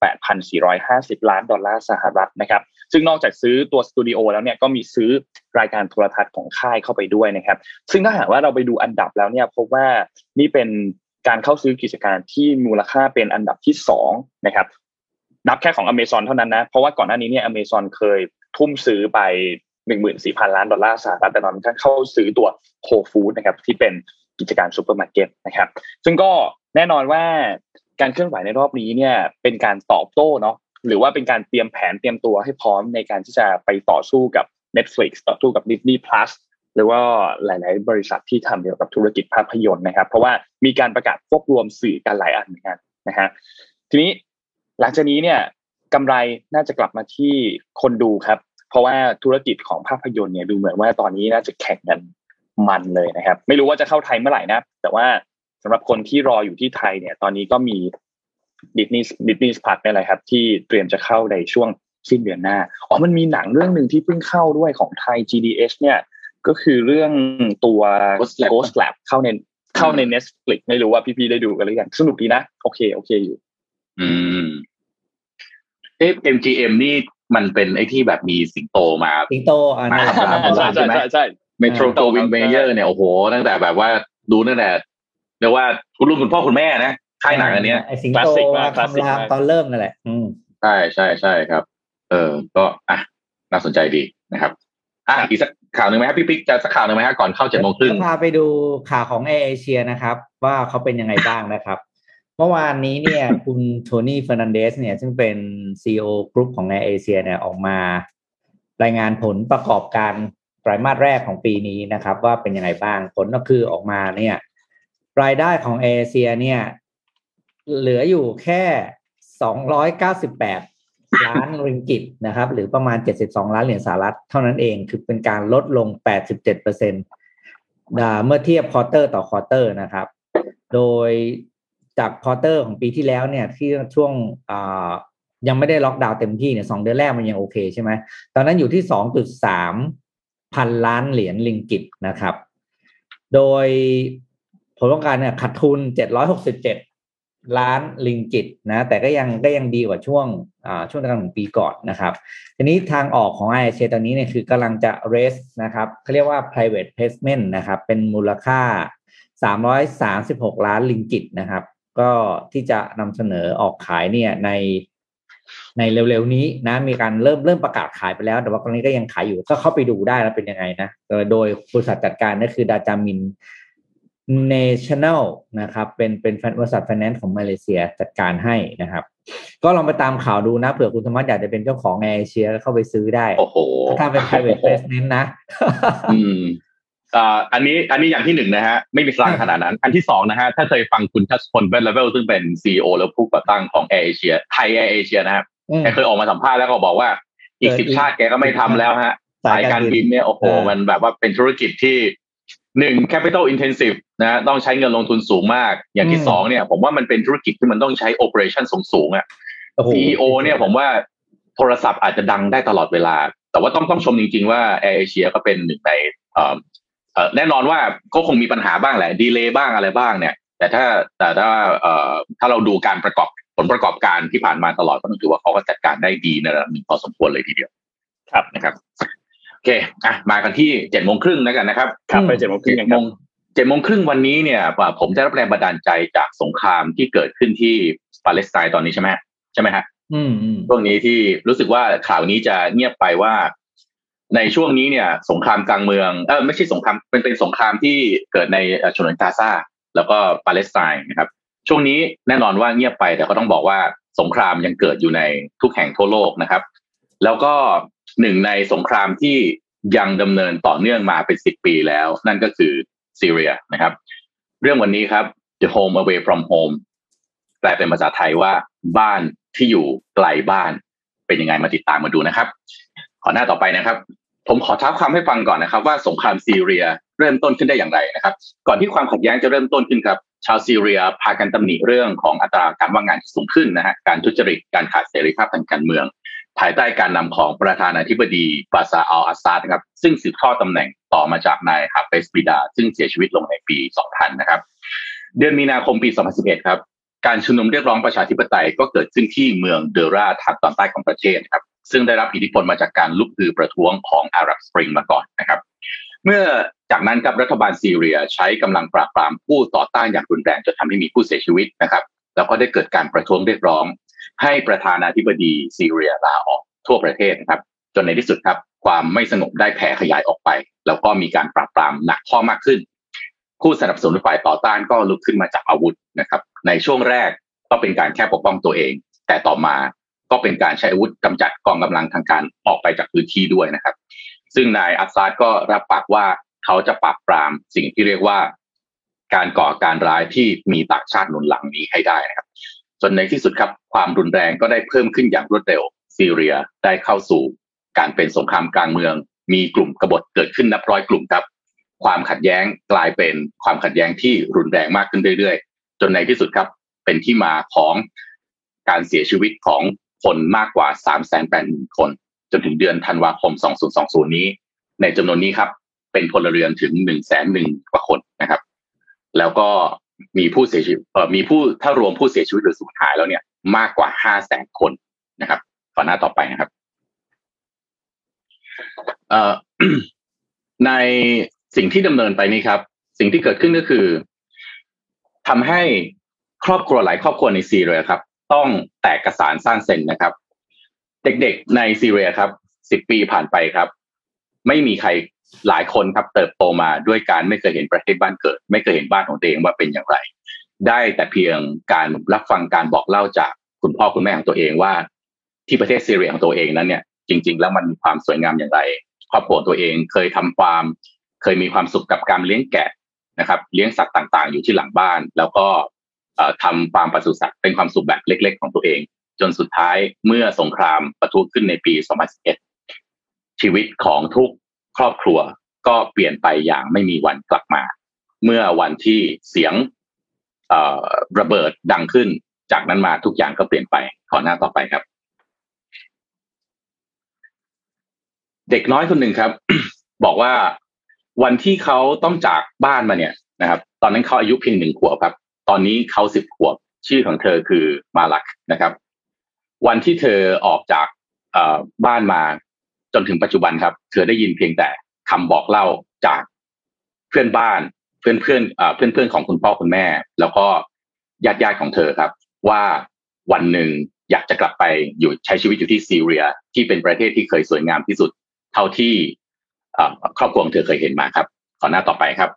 $8,450 ล้านนะครับซึ่งนอกจากซื้อตัวสตูดิโอแล้วเนี่ยก็มีซื้อรายการโทรทัศน์ของค่ายเข้าไปด้วยนะครับซึ่งถ้าหากว่าเราไปดูอันดับแล้วเนี่ยพบว่านี่เป็นการเข้าซื้อกิจการที่มูลค่าเป็นอันดับที่2นะครับนับแค่ของ Amazon เท่านั้นนะเพราะว่าก่อนหน้านี้เนี่ย Amazon เคยทุ่มซื้อไป 14,000 ล้านดอลลาร์สหรัฐแต่ตอนนี้เข้าซื้อตัว Whole Foods นะครับที่เป็นกิจการซุปเปอร์มาร์เก็ตนะครับซึ่งก็แน่นอนว่าการเคลื่อนไหวในรอบนี้เนี่ยเป็นการตอบโต้เนาะหรือว่าเป็นการเตรียมแผนเตรียมตัวให้พร้อมในการที่จะไปต่อสู้กับ Netflix ต่อสู้กับ Disney Plus หรือว่าหลายๆบริษัทที่ทำเกี่ยวกับธุรกิจภาพยนตร์นะครับเพราะว่ามีการประกาศควบรวมสื่อกันหลายอันเหมือนกันนะฮะทีนี้หลังจากนี้เนี่ยกำไรน่าจะกลับมาที่คนดูครับเพราะว่าธุรกิจของภาพยนตร์เนี่ยดูเหมือนว่าตอนนี้น่าจะแข่งกันมันเลยนะครับไม่รู้ว่าจะเข้าไทยเมื่อไหร่นะแต่ว่าสำหรับคนที่รออยู่ที่ไทยเนี่ยตอนนี้ก็มี Disney Plus นี่แหละครับที่เตรียมจะเข้าในช่วงสิ้นเดือนหน้ามันมีหนังเรื่องนึงที่เพิ่งเข้าด้วยของไทย GDS เนี่ยก็คือเรื่องตัว Ghost Lab เข้าใน Netflix ไม่รู้ว่าพี่ๆได้ดูกันหรือยังสนุกดีนะโอเคอยู่ MGM นี่มันเป็นไอ้ที่แบบมีสิงโตมาสิงโตใช่ Metro Goldwyn Mayer เนี่ยโอ้โหตั้งแต่แบบว่าดูตั้งแต่เรียกว่าคุณลุงคุณพ่อคุณแม่นะค่ายหนังอันเนี้ยสิงโตคำรามตอนเริ่มนั่นแหละใช่ครับก็น่าสนใจดีนะครับอีกสักข่าวนึงไหมครับพี่ปิ๊กจะสักข่าวนึงไหมครับก่อนเข้า 7:30 น. พาไปดูข่าวของ Air Asia นะครับว่าเขาเป็นยังไงบ้างนะครับเมื่อวานนี้เนี่ยคุณโทนี่เฟอร์นันเดสเนี่ยซึ่งเป็น CEO กรุ๊ปของ Air Asia เนี่ยออกมารายงานผลประกอบการไตรมาสแรกของปีนี้นะครับว่าเป็นยังไงบ้างผลก็คือออกมาเนี่ยรายได้ของ Air Asia เนี่ยเหลืออยู่แค่298ล้านริงกิตนะครับหรือประมาณ72ล้านเหรียญสหรัฐเท่านั้นเองคือเป็นการลดลง 87% เมื่อเทียบควอเตอร์ต่อควอเตอร์นะครับโดยจากควอเตอร์ของปีที่แล้วเนี่ยที่ช่วงยังไม่ได้ล็อกดาวน์เต็มที่เนี่ย2 เดือนแรกมันยังโอเคใช่ไหมตอนนั้นอยู่ที่ 2.3 พันล้านเหรียญลิงกิตนะครับโดยผลประกอบการเนี่ยขาดทุน767ล้านลิงกิตนะแต่ก็ยังดีกว่าช่วงกลางของปีก่อนนะครับทีนี้ทางออกของ IHC ตอนนี้เนี่ยคือกำลังจะ raise นะครับเขาเรียกว่า private placement นะครับเป็นมูลค่า336ล้านลิงกิตนะครับก็ที่จะนำเสนอออกขายเนี่ยในเร็วๆนี้นะมีการเริ่มประกาศขายไปแล้วแต่ว่าตอนนี้ก็ยังขายอยู่ก็เข้าไปดูได้แล้วเป็นยังไงนะโดยบริษัทจัดการนั่นคือดาจามินNational นะครับเป็นบริษัท finance ของมาเลเซียจัดการให้นะครับก็ลองไปตามข่าวดูนะเผื่อคุณธรรมะอยากจะเป็นเจ้าของในเอเชียเข้าไปซื้อได้โอ้โหถ้าเป็น private placement นะอันนี้อย่างที่1นะฮะไม่มีสร้างขนาดนั้นอันที่2นะฮะถ้าเคยฟังคุณทัศพลเบลเลเวลซึ่งเป็น CEO แล้วผู้ก่อตั้งของ Air Asia ไทย Air Asia นะครับแกเคยออกมาสัมภาษณ์แล้วก็บอกว่าอีก10ชาติแกก็ไม่ทำแล้วฮะสายการบินเนี่ยโอ้โหมันแบบว่าเป็นธุรกิจที่1 capital intensive นะต้องใช้เงินลงทุนสูงมากอย่างที่2เนี่ยผมว่ามันเป็นธุรกิจที่มันต้องใช้ operation สูงๆอ่ะ CEO เนี่ยผมว่าโทรศัพท์อาจจะดังได้ตลอดเวลาแต่ว่าต้องชมจริงๆว่า Air Asia ก็เป็น1ในแน่นอนว่าก็คงมีปัญหาบ้างแหละดีเลย์บ้างอะไรบ้างเนี่ยแต่ถ้าเราดูการผลประกอบการที่ผ่านมาตลอดก็ต้องถือว่าเขาก็จัดการได้ดีในระดับหนึ่งพอสมควรเลยทีเดียวครับนะครับโอเคมากันที่ 7:30 นแล้วกันนะครับครับไป 7:30 นครับ 7:30 นวันนี้เนี่ยผมได้รับแรงบันดาลใจจากสงครามที่เกิดขึ้นที่ปาเลสไตน์ตอนนี้ใช่ไหมฮะช่วงนี้ที่รู้สึกว่าข่าวนี้จะเงียบไปว่าในช่วงนี้เนี่ยสงครามกลางเมืองไม่ใช่สงครามเป็นสงครามที่เกิดในฉนวนกาซาแล้วก็ปาเลสไตน์นะครับช่วงนี้แน่นอนว่าเงียบไปแต่ก็ต้องบอกว่าสงครามยังเกิดอยู่ในทุกแห่งทั่วโลกนะครับแล้วก็หนึ่งในสงครามที่ยังดำเนินต่อเนื่องมาเป็น10 ปีแล้วนั่นก็คือซีเรียนะครับเรื่องวันนี้ครับ The Home Away from Home แปลเป็นภาษาไทยว่าบ้านที่อยู่ไกลบ้านเป็นยังไงมาติดตามมาดูนะครับขอหน้าต่อไปนะครับผมขอท้าความให้ฟังก่อนนะครับว่าสงครามซีเรียเริ่มต้นขึ้นได้อย่างไรนะครับก่อนที่ความขัดแย้งจะเริ่มต้นขึ้นครับชาวซีเรียพากันตำหนิเรื่องของอัตราการว่างงานที่สูงขึ้นนะฮะการทุจริตการขาดเสรีภาพทางการเมืองภายใต้การนำของประธานาธิบดีบาซาอัลอาซาดนะครับซึ่งสืบทอดตำแหน่งต่อมาจากนายฮาเฟซบิดาซึ่งเสียชีวิตลงในปี 2000 นะครับเดือนมีนาคมปี 2011 ครับการชุมนุมเรียกร้องประชาธิปไตยก็เกิดขึ้นที่เมืองเดอราทางตอนใต้ของประเทศครับซึ่งได้รับอิทธิพลมาจากการลุกฮือประท้วงของอาหรับสปริงมาก่อนนะครับเมื่อจากนั้นครับรัฐบาลซีเรียใช้กำลังปราบปรามผู้ต่อต้านอย่างรุนแรงจนทำให้มีผู้เสียชีวิตนะครับแล้วก็ได้เกิดการประท้วงเรียกร้องให้ประธานาธิบดีซีเรียลาออกทั่วประเทศนะครับจนในที่สุดครับความไม่สงบได้แผ่ขยายออกไปแล้วก็มีการปราบปรามหนักข้อมากขึ้นผู้สนับสนุนฝ่ายต่อต้านก็ลุกขึ้นมาจากอาวุธนะครับในช่วงแรกก็เป็นการแค่ปกป้องตัวเองแต่ต่อมาก็เป็นการใช้อาวุธกำจัดกองกำลังทางการออกไปจากพื้นที่ด้วยนะครับซึ่งนายอัสซาดก็รับปากว่าเขาจะปราบปรามสิ่งที่เรียกว่าการก่อการร้ายที่มีต่างชาติหนุนหลังนี้ให้ได้นะครับจนในที่สุดครับความรุนแรงก็ได้เพิ่มขึ้นอย่างรวดเร็วซีเรียได้เข้าสู่การเป็นสงครามกลางเมืองมีกลุ่มกบฏเกิดขึ้นนับร้อยกลุ่มครับความขัดแย้งกลายเป็นความขัดแย้งที่รุนแรงมากขึ้นเรื่อยๆจนในที่สุดครับเป็นที่มาของการเสียชีวิตของคนมากกว่า 380,000 คนจนถึงเดือนธันวาคม 2020 นี้ในจำนวนนี้ครับเป็นพลเรือนถึง 101,000 กว่าคนนะครับแล้วก็มีผู้เสียชีวิตถ้ารวมผู้เสียชีวิตหรือสูญหายแล้วเนี่ยมากกว่า 500,000 คนนะครับขอหน้าต่อไปนะครับในสิ่งที่ดำเนินไปนี้ครับสิ่งที่เกิดขึ้นก็คือทำให้ครอบครัวหลายครอบครัวในซีเรียครับต้องแตกกระสานซ่านเซ็นนะครับเด็กๆในซีเรียครับ10 ปีผ่านไปครับไม่มีใครหลายคนครับเติบโตมาด้วยการไม่เคยเห็นประเทศบ้านเกิดไม่เคยเห็นบ้านของตัวเองว่าเป็นอย่างไรได้แต่เพียงการรับฟังการบอกเล่าจากคุณพ่อคุณแม่ของตัวเองว่าที่ประเทศซีเรียของตัวเองนั้นเนี่ยจริงๆแล้วมันมีความสวยงามอย่างไรครอบครัวตัวเองเคยมีความสุขกับการเลี้ยงแกะนะครับเลี้ยงสัตว์ต่างๆอยู่ที่หลังบ้านแล้วก็ทำฟาร์มปศุสัตว์เป็นความสุขแบบเล็กๆของตัวเองจนสุดท้ายเมื่อสงครามปะทุขึ้นในปี 2011 ชีวิตของทุกครอบครัวก็เปลี่ยนไปอย่างไม่มีวันกลับมาเมื่อวันที่เสียงระเบิดดังขึ้นจากนั้นมาทุกอย่างก็เปลี่ยนไปขอหน้าต่อไปครับเด็กน้อยคนหนึ่งครับ บอกว่าวันที่เขาต้องจากบ้านมาเนี่ยนะครับตอนนั้นเขาอายุเพียง1 ขวบครับตอนนี้เขา10 ขวบชื่อของเธอคือมาลักนะครับวันที่เธอออกจากบ้านมาจนถึงปัจจุบันครับเธอได้ยินเพียงแต่คำบอกเล่าจากเพื่อนบ้านเพื่อนของคุณพ่อคุณแม่แล้วก็ญาติของเธอครับว่าวันหนึ่งอยากจะกลับไปอยู่ใช้ชีวิตอยู่ที่ซีเรียที่เป็นประเทศที่เคยสวยงามที่สุดเท่าที่ครอบครัวของเธอเคยเห็นมาครับขอหน้าต่อไปครับ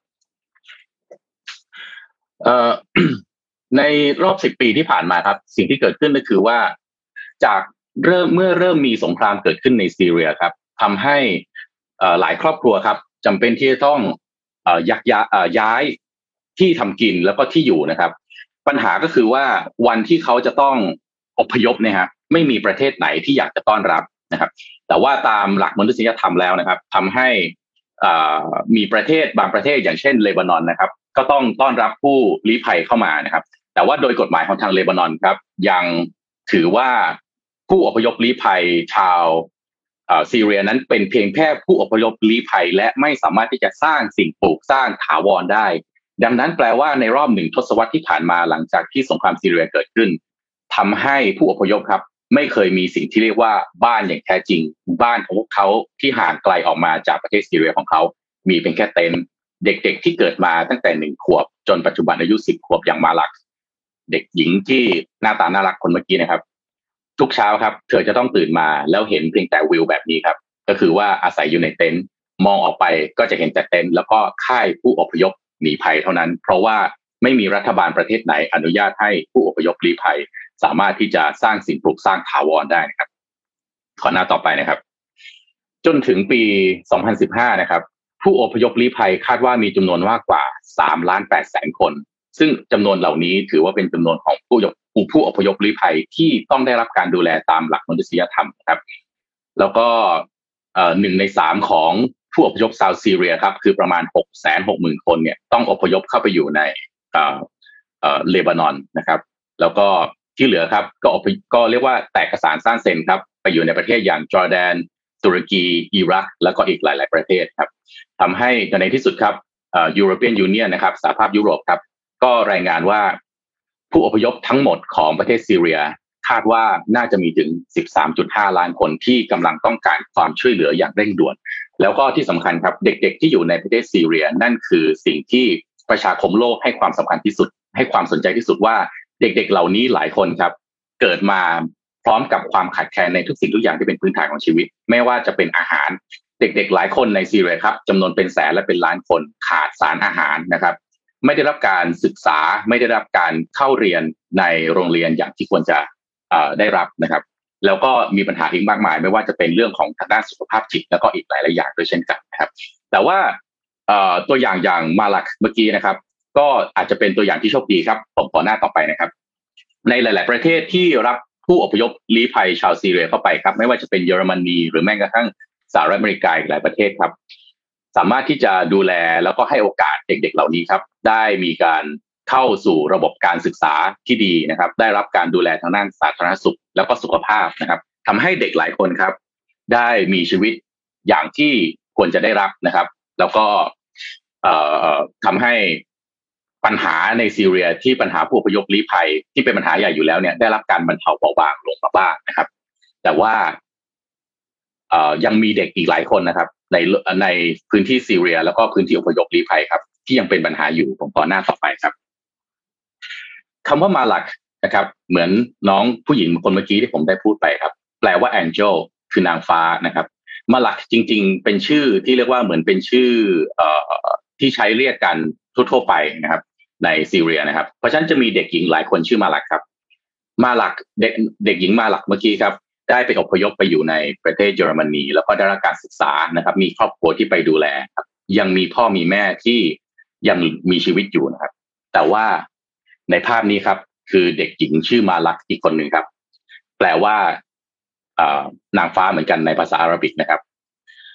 ในรอบ10 ปีที่ผ่านมาครับสิ่งที่เกิดขึ้นก็คือว่าจากเมื่อเริ่มมีสงครามเกิดขึ้นในซีเรียครับทำให้หลายครอบครัวครับจำเป็นที่จะต้องย้ายที่ทำกินแล้วก็ที่อยู่นะครับปัญหาก็คือว่าวันที่เขาจะต้องอพยพเนี่ยฮะไม่มีประเทศไหนที่อยากจะต้อนรับนะครับแต่ว่าตามหลักมนุษยธรรมแล้วนะครับทำให้มีประเทศบางประเทศอย่างเช่นเลบานอนนะครับก็ต้องต้อนรับผู้ลี้ภัยเข้ามานะครับแต่ว่าโดยกฎหมายของทางเลบานอนครับยังถือว่าผู้อพยพลี้ภัยชาวซีเรียนั้นเป็นเพียงแค่ผู้อพยพลี้ภัยและไม่สามารถที่จะสร้างสิ่งปลูกสร้างถาวรได้ดังนั้นแปลว่าในรอบ1 ทศวรรษที่ผ่านมาหลังจากที่สงครามซีเรียเกิดขึ้นทำให้ผู้อพยพครับไม่เคยมีสิ่งที่เรียกว่าบ้านอย่างแท้จริงบ้านของพวกเขาที่ห่างไกลออกมาจากประเทศซีเรียของเขามีเป็นแค่เต็นท์เด็กๆที่เกิดมาตั้งแต่1 ขวบจนปัจจุบันอายุ10 ขวบอย่างมาลักเด็กหญิงที่หน้าตาน่ารักคนเมื่อกี้นะครับทุกเช้าครับเธอจะต้องตื่นมาแล้วเห็นเพียงแต่วิวแบบนี้ครับก็คือว่าอาศัยอยู่ในเต็นท์มองออกไปก็จะเห็นแต่เต็นท์แล้วก็ค่ายผู้อพยพหนีภัยเท่านั้นเพราะว่าไม่มีรัฐบาลประเทศไหนอนุญาตให้ผู้อพยพลี้ภัยสามารถที่จะสร้างสิ่งปลูกสร้างถาวรได้นะครับขอหน้าต่อไปนะครับจนถึงปี 2015 นะครับผู้อพยพลี้ภัยคาดว่ามีจำนวนมากกว่า 3,800,000 คนซึ่งจำนวนเหล่านี้ถือว่าเป็นจำนวนของผู้อพยพลี้ภัยที่ต้องได้รับการดูแลตามหลักมนุษยธรรมครับแล้วก็1 ใน 3ของผู้อพยพชาวซีเรียครับคือประมาณ 660,000 คนเนี่ยต้องอพยพเข้าไปอยู่ในเลบานอนนะครับแล้วก็ที่เหลือครับก็เรียกว่าแตกกระสานซ่านเซนครับไปอยู่ในประเทศอย่างจอร์แดนตุรกีอิรักแล้วก็อีกหลายๆประเทศครับทำให้ในที่สุดครับEuropean Union นะครับสหภาพยุโรปครับก็รายงานว่าผู้อพยพทั้งหมดของประเทศซีเรียคาดว่าน่าจะมีถึง 13.5 ล้านคนที่กำลังต้องการความช่วยเหลืออย่างเร่งด่วนแล้วก็ที่สำคัญครับเด็กๆที่อยู่ในประเทศซีเรียนั่นคือสิ่งที่ประชาคมโลกให้ความสำคัญที่สุดให้ความสนใจที่สุดว่าเด็กๆเหล่านี้หลายคนครับเกิดมาพร้อมกับความขาดแคลนในทุกสิ่งทุกอย่างที่เป็นพื้นฐานของชีวิตไม่ว่าจะเป็นอาหารเด็กๆหลายคนในซีเรียครับจำนวนเป็นแสนและเป็นล้านคนขาดสารอาหารนะครับไม่ได้รับการศึกษาไม่ได้รับการเข้าเรียนในโรงเรียนอย่างที่ควรจะได้รับนะครับแล้วก็มีปัญหาอีกมากมายไม่ว่าจะเป็นเรื่องของทางด้านสุขภาพจิตแล้วก็อีกหลายๆอย่างด้วยเช่นกันนะครับแต่ว่าตัวอย่างมาลักเมื่อกี้นะครับก็อาจจะเป็นตัวอย่างที่โชคดีครับผมขอหน้าต่อไปนะครับในหลายๆประเทศที่รับผู้อพยพลี้ภัยชาวซีเรียเข้าไปครับไม่ว่าจะเป็นเยอรมนีหรือแม้กระทั่งสหรัฐอเมริกาอีกหลายประเทศครับสามารถที่จะดูแลแล้วก็ให้โอกาสเด็กๆเหล่านี้ครับได้มีการเข้าสู่ระบบการศึกษาที่ดีนะครับได้รับการดูแลทางด้านสาธารณสุขแล้วก็สุขภาพนะครับทำให้เด็กหลายคนครับได้มีชีวิตอย่างที่ควรจะได้รับนะครับแล้วก็ทำให้ปัญหาในซีเรียที่ปัญหาผู้อพยพลี้ภัยที่เป็นปัญหาใหญ่อยู่แล้วเนี่ยได้รับการบรรเทาเบาบางลงมาบ้างนะครับแต่ว่ายังมีเด็กอีกหลายคนนะครับในพื้นที่ซีเรียแล้วก็พื้นที่อพยพลี้ภัยครับที่ยังเป็นปัญหาอยู่ผมขอหน้าต่อไปครับคำว่ามาลักนะครับเหมือนน้องผู้หญิงคนเมื่อกี้ที่ผมได้พูดไปครับแปลว่า angel คือนางฟ้านะครับมาลักจริงๆเป็นชื่อที่เรียกว่าเหมือนเป็นชื่อที่ใช้เรียกกันทั่วๆไปนะครับในซีเรียนะครับเพราะฉะนั้นจะมีเด็กหญิงหลายคนชื่อมาลักครับมาลักเด็กหญิงมาลักเมื่อกี้ครับได้ไปอพยพไปอยู่ในประเทศเยอรมนีแล้วก็ได้รับการศึกษานะครับมีครอบครัวที่ไปดูแลครับยังมีพ่อมีแม่ที่ยังมีชีวิตอยู่นะครับแต่ว่าในภาพนี้ครับคือเด็กหญิงชื่อมาลักอีกคนหนึ่งครับแปลว่านางฟ้าเหมือนกันในภาษาอาหรับิกนะครับ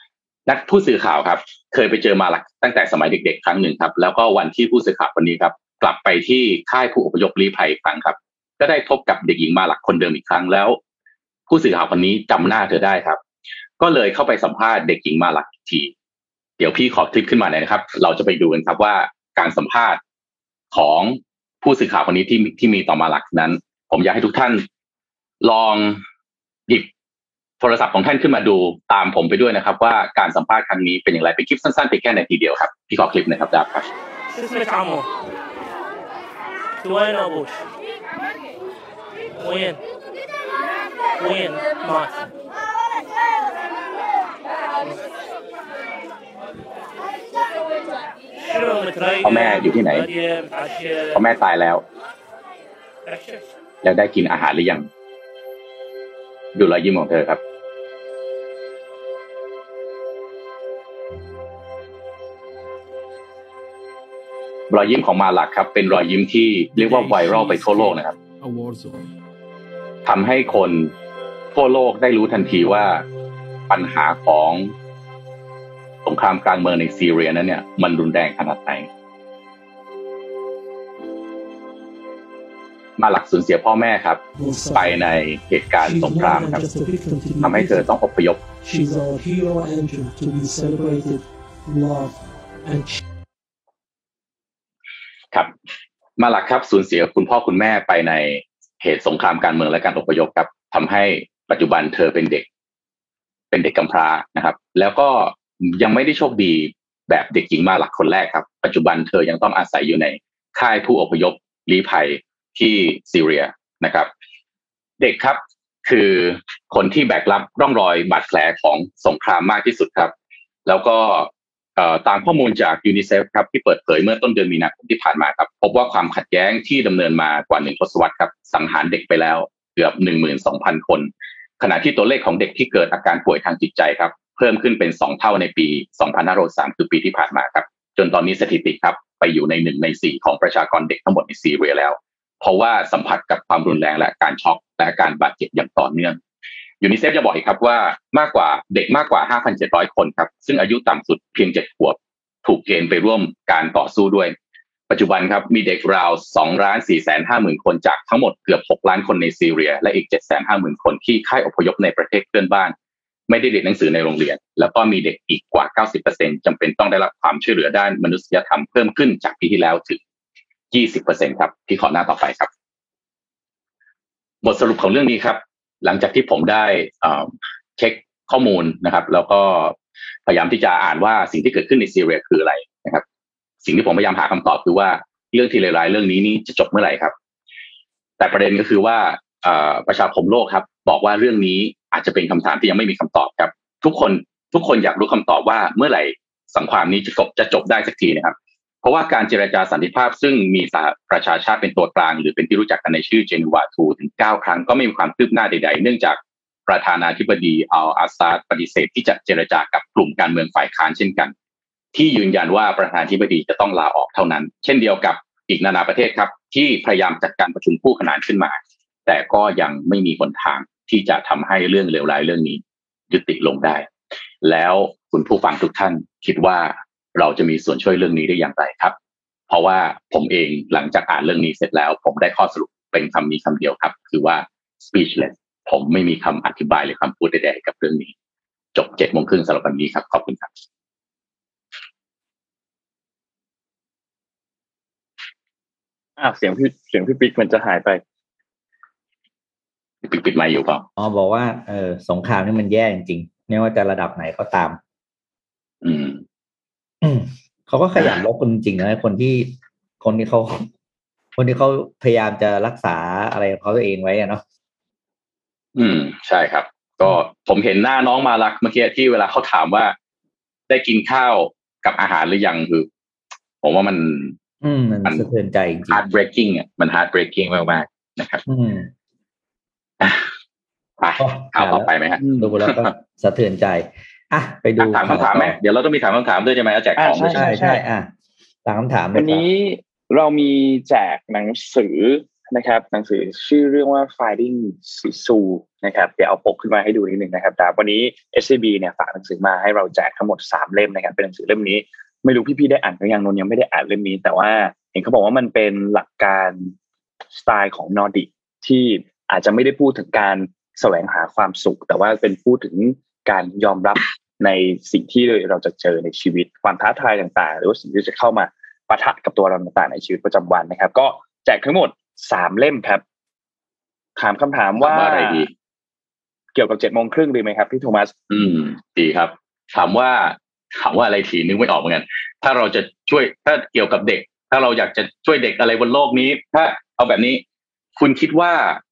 นักผู้สื่อข่าวครับเคยไปเจอมาลักตั้งแต่สมัยเด็กๆครั้งหนึ่งครับแล้วก็วันที่ผู้สื่อข่าวคนนี้ครับกลับไปที่ค่ายผู้อพยพลี้ภัยอีกครั้งครับก็ได้พบกับเด็กหญิงมาลักคนเดิมอีกครั้งแล้วผู้สื่อข่าวคนนี้จำหน้าเธอได้ครับก็เลยเข้าไปสัมภาษณ์เด็กหญิงมาลักอีกทีเดี๋ยวพี่ขอคลิปขึ้นมาหน่อยนะครับเราจะไปดูกันครับว่าการสัมภาษณ์ของผู้สื่อข่าวคนนี้ที่มีต่อมาลักนั้นผมอยากให้ทุกท่านลองหยิบโทรศัพท์ของท่านขึ้นมาดูตามผมไปด้วยนะครับว่าการสัมภาษณ์ครั้งนี้เป็นอย่างไรเป็นคลิปสั้นๆไปแค่นาทีเดียวครับพี่ขอคลิปนะครับดับครับ اسمك عمو وين ابوك وين مات พ่อแม่อยู่ที่ไหนพ่อแม่ตายแล้วได้กินอาหารหรือยังดูรอยยิ้มของเธอครับรอยยิ้มของมาลักครับเป็นรอยยิ้มที่เรียกว่าไวรัลไปทั่วโลกนะครับทำให้คนทั่วโลกได้รู้ทันทีว่าปัญหาของสงครามกลางเมืองในซีเรียนั้นเนี่ยมันรุนแรงขนาดไหนมาลักสูญเสียพ่อแม่ครับไปในเหตุการณ์สงครามครับทำให้เธอต้องอพยพครับมาลักครับสูญเสียคุณพ่อคุณแม่ไปในเหตุสงครามการเมืองและการอพยพครับทำให้ปัจจุบันเธอเป็นเด็กกำพร้านะครับแล้วก็ยังไม่ได้โชคดีแบบเด็กหญิงมาลักคนแรกครับปัจจุบันเธอยังต้องอาศัยอยู่ในค่ายผู้อพยพลี้ภัยที่ซีเรียนะครับเด็กครับคือคนที่แบกรับร่องรอยบาดแผลของสงครามมากที่สุดครับแล้วก็ตามข้อมูลจากยูนิเซฟครับที่เปิดเผยเมื่อต้นเดือนมีนาคมที่ผ่านมาครับพบว่าความขัดแย้งที่ดำเนินมากว่า1 ทศวรรษครับสังหารเด็กไปแล้วเกือบ 12,000 คนขณะที่ตัวเลขของเด็กที่เกิดอาการป่วยทางจิตใจครับเพิ่มขึ้นเป็น2 เท่าในปี2563คือปีที่ผ่านมาครับจนตอนนี้สถิติครับไปอยู่ใน1 ใน 4ของประชากรเด็กทั้งหมดในซีเรียแล้วเพราะว่าสัมผัสกับความรุนแรงและการช็อกและการบาดเจ็บอย่างต่อเนื่องยูนิเซฟจะบอกอีกครับว่เด็กมากกว่า 5,700 คนครับซึ่งอายุต่ำสุดเพียง7 ขวบถูกเกณฑ์ไปร่วมการต่อสู้ด้วยปัจจุบันครับมีเด็กราว 2,450,000 คนจากทั้งหมดเกือบ6 ล้านคนในซีเรียและอีก 750,000 คนที่ค่ายอพยพในประเทศเพื่อนบ้านไม่ได้เรียนหนังสือในโรงเรียนแล้วก็มีเด็กอีกกว่า 90% จำเป็นต้องได้รับความช่วยเหลือด้านมนุษยธรรมเพิ่มขึ้นจากปีที่แล้วถึง 20% ครับที่ขอหน้าต่อไปครับบทสรุปของเรื่องนี้ครับหลังจากที่ผมได้เช็คข้อมูลนะครับแล้วก็พยายามที่จะอ่านว่าสิ่งที่เกิดขึ้นในซีเรียคืออะไรนะครับสิ่งที่ผมพยายามหาคำตอบคือว่าเรื่องที่เลวร้ายเรื่องนี้จะจบเมื่อไหร่ครับแต่ประเด็นก็คือว่าประชาคมโลกครับบอกว่าเรื่องนี้อาจจะเป็นคำถามที่ยังไม่มีคำตอบครับทุกคนอยากรู้คำตอบว่าเมื่อไหร่สงครามนี้จะจบได้สักทีนะครับเพราะว่าการเจรจาสันติภาพซึ่งมีสหประชาชาติเป็นตัวกลางหรือเป็นที่รู้จักกันในชื่อเจนีวา 2 ถึง 9 ครั้งก็ไม่มีความคืบหน้าใดๆเนื่องจากประธานาธิบดีอัลอาซาดปฏิเสธที่จะเจรจากับกลุ่มการเมืองฝ่ายค้านเช่นกันที่ยืนยันว่าประธานาธิบดีจะต้องลาออกเท่านั้นเช่นเดียวกับอีกนานาประเทศครับที่พยายามจัดการประชุมคู่ขนานขึ้นมาแต่ก็ยังไม่มีหนทางที่จะทำให้เรื่องเลวร้ายเรื่องนี้ยุติลงได้แล้วคุณผู้ฟังทุกท่านคิดว่าเราจะมีส่วนช่วยเรื่องนี้ได้อย่างไรครับเพราะว่าผมเองหลังจากอ่านเรื่องนี้เสร็จแล้วผมได้ข้อสรุปเป็นคำนี้คำเดียวครับคือว่า speechless ผมไม่มีคำอธิบายหรือคำพูดใดๆกับเรื่องนี้จบ 7:30 สำหรับวันนี้ครับขอบคุณครับเสียงพี่ปิ๊กมันจะหายไปปิดไมค์อยู่เปล่าบอกว่าสงครามนี่มันแย่จริงๆไม่ว่าจะระดับไหนก็ตามเขาก็ขยันลบกันจริงๆนะคนที่เขาพยายามจะรักษาอะไรของเขาตัวเองไว้อะเนาะใช่ครับก็ผมเห็นหน้าน้องมาลักเมื่อกี้ที่เวลาเขาถามว่าได้กินข้าวกับอาหารหรือยังคือผมว่ามันสะเทือนใจจริง hard breaking อ่ะมัน hard breaking มากๆนะครับไปเอาต่อไปไหมฮะดูแล้วก็สะเทือนใจไปดูถามคำถามไหมเดี๋ยวเราต้องมีถามคำถามด้วยใช่ไหมแจกของใช่ถามคำถามวันนี้เรามีแจกหนังสือนะครับหนังสือชื่อเรื่องว่า Finding Sisu นะครับเดี๋ยวเอาปกขึ้นมาให้ดูนิดนึงนะครับแต่วันนี้ SCB เนี่ยฝากหนังสือมาให้เราแจกทั้งหมด3เล่มนะครับเป็นหนังสือเล่มนี้ไม่รู้พี่ๆได้อ่านหรือยังนนยังไม่ได้อ่านเล่มนี้แต่ว่าเห็นเขาบอกว่ามันเป็นหลักการสไตล์ของนอร์ดิกที่อาจจะไม่ได้พูดถึงการแสวงหาความสุขแต่ว่าเป็นพูดถึงการยอมรับในสิ่งที่เราจะเจอในชีวิตความท้าทายต่างๆหรือว่าสิ่งที่จะเข้ามาปะทะกับตัวเราต่างๆในชีวิตประจำวันนะครับก็แจกทั้งหมด3เล่มครับถามคำถามว่าอะไรดีเกี่ยวกับ 7:30 ดีไหมครับพี่โทมัสดีครับถามว่าอะไรทีนึกไม่ออกเหมือนกันถ้าเราจะช่วยถ้าเกี่ยวกับเด็กถ้าเราอยากจะช่วยเด็กอะไรบนโลกนี้ถ้าเอาแบบนี้คุณคิดว่า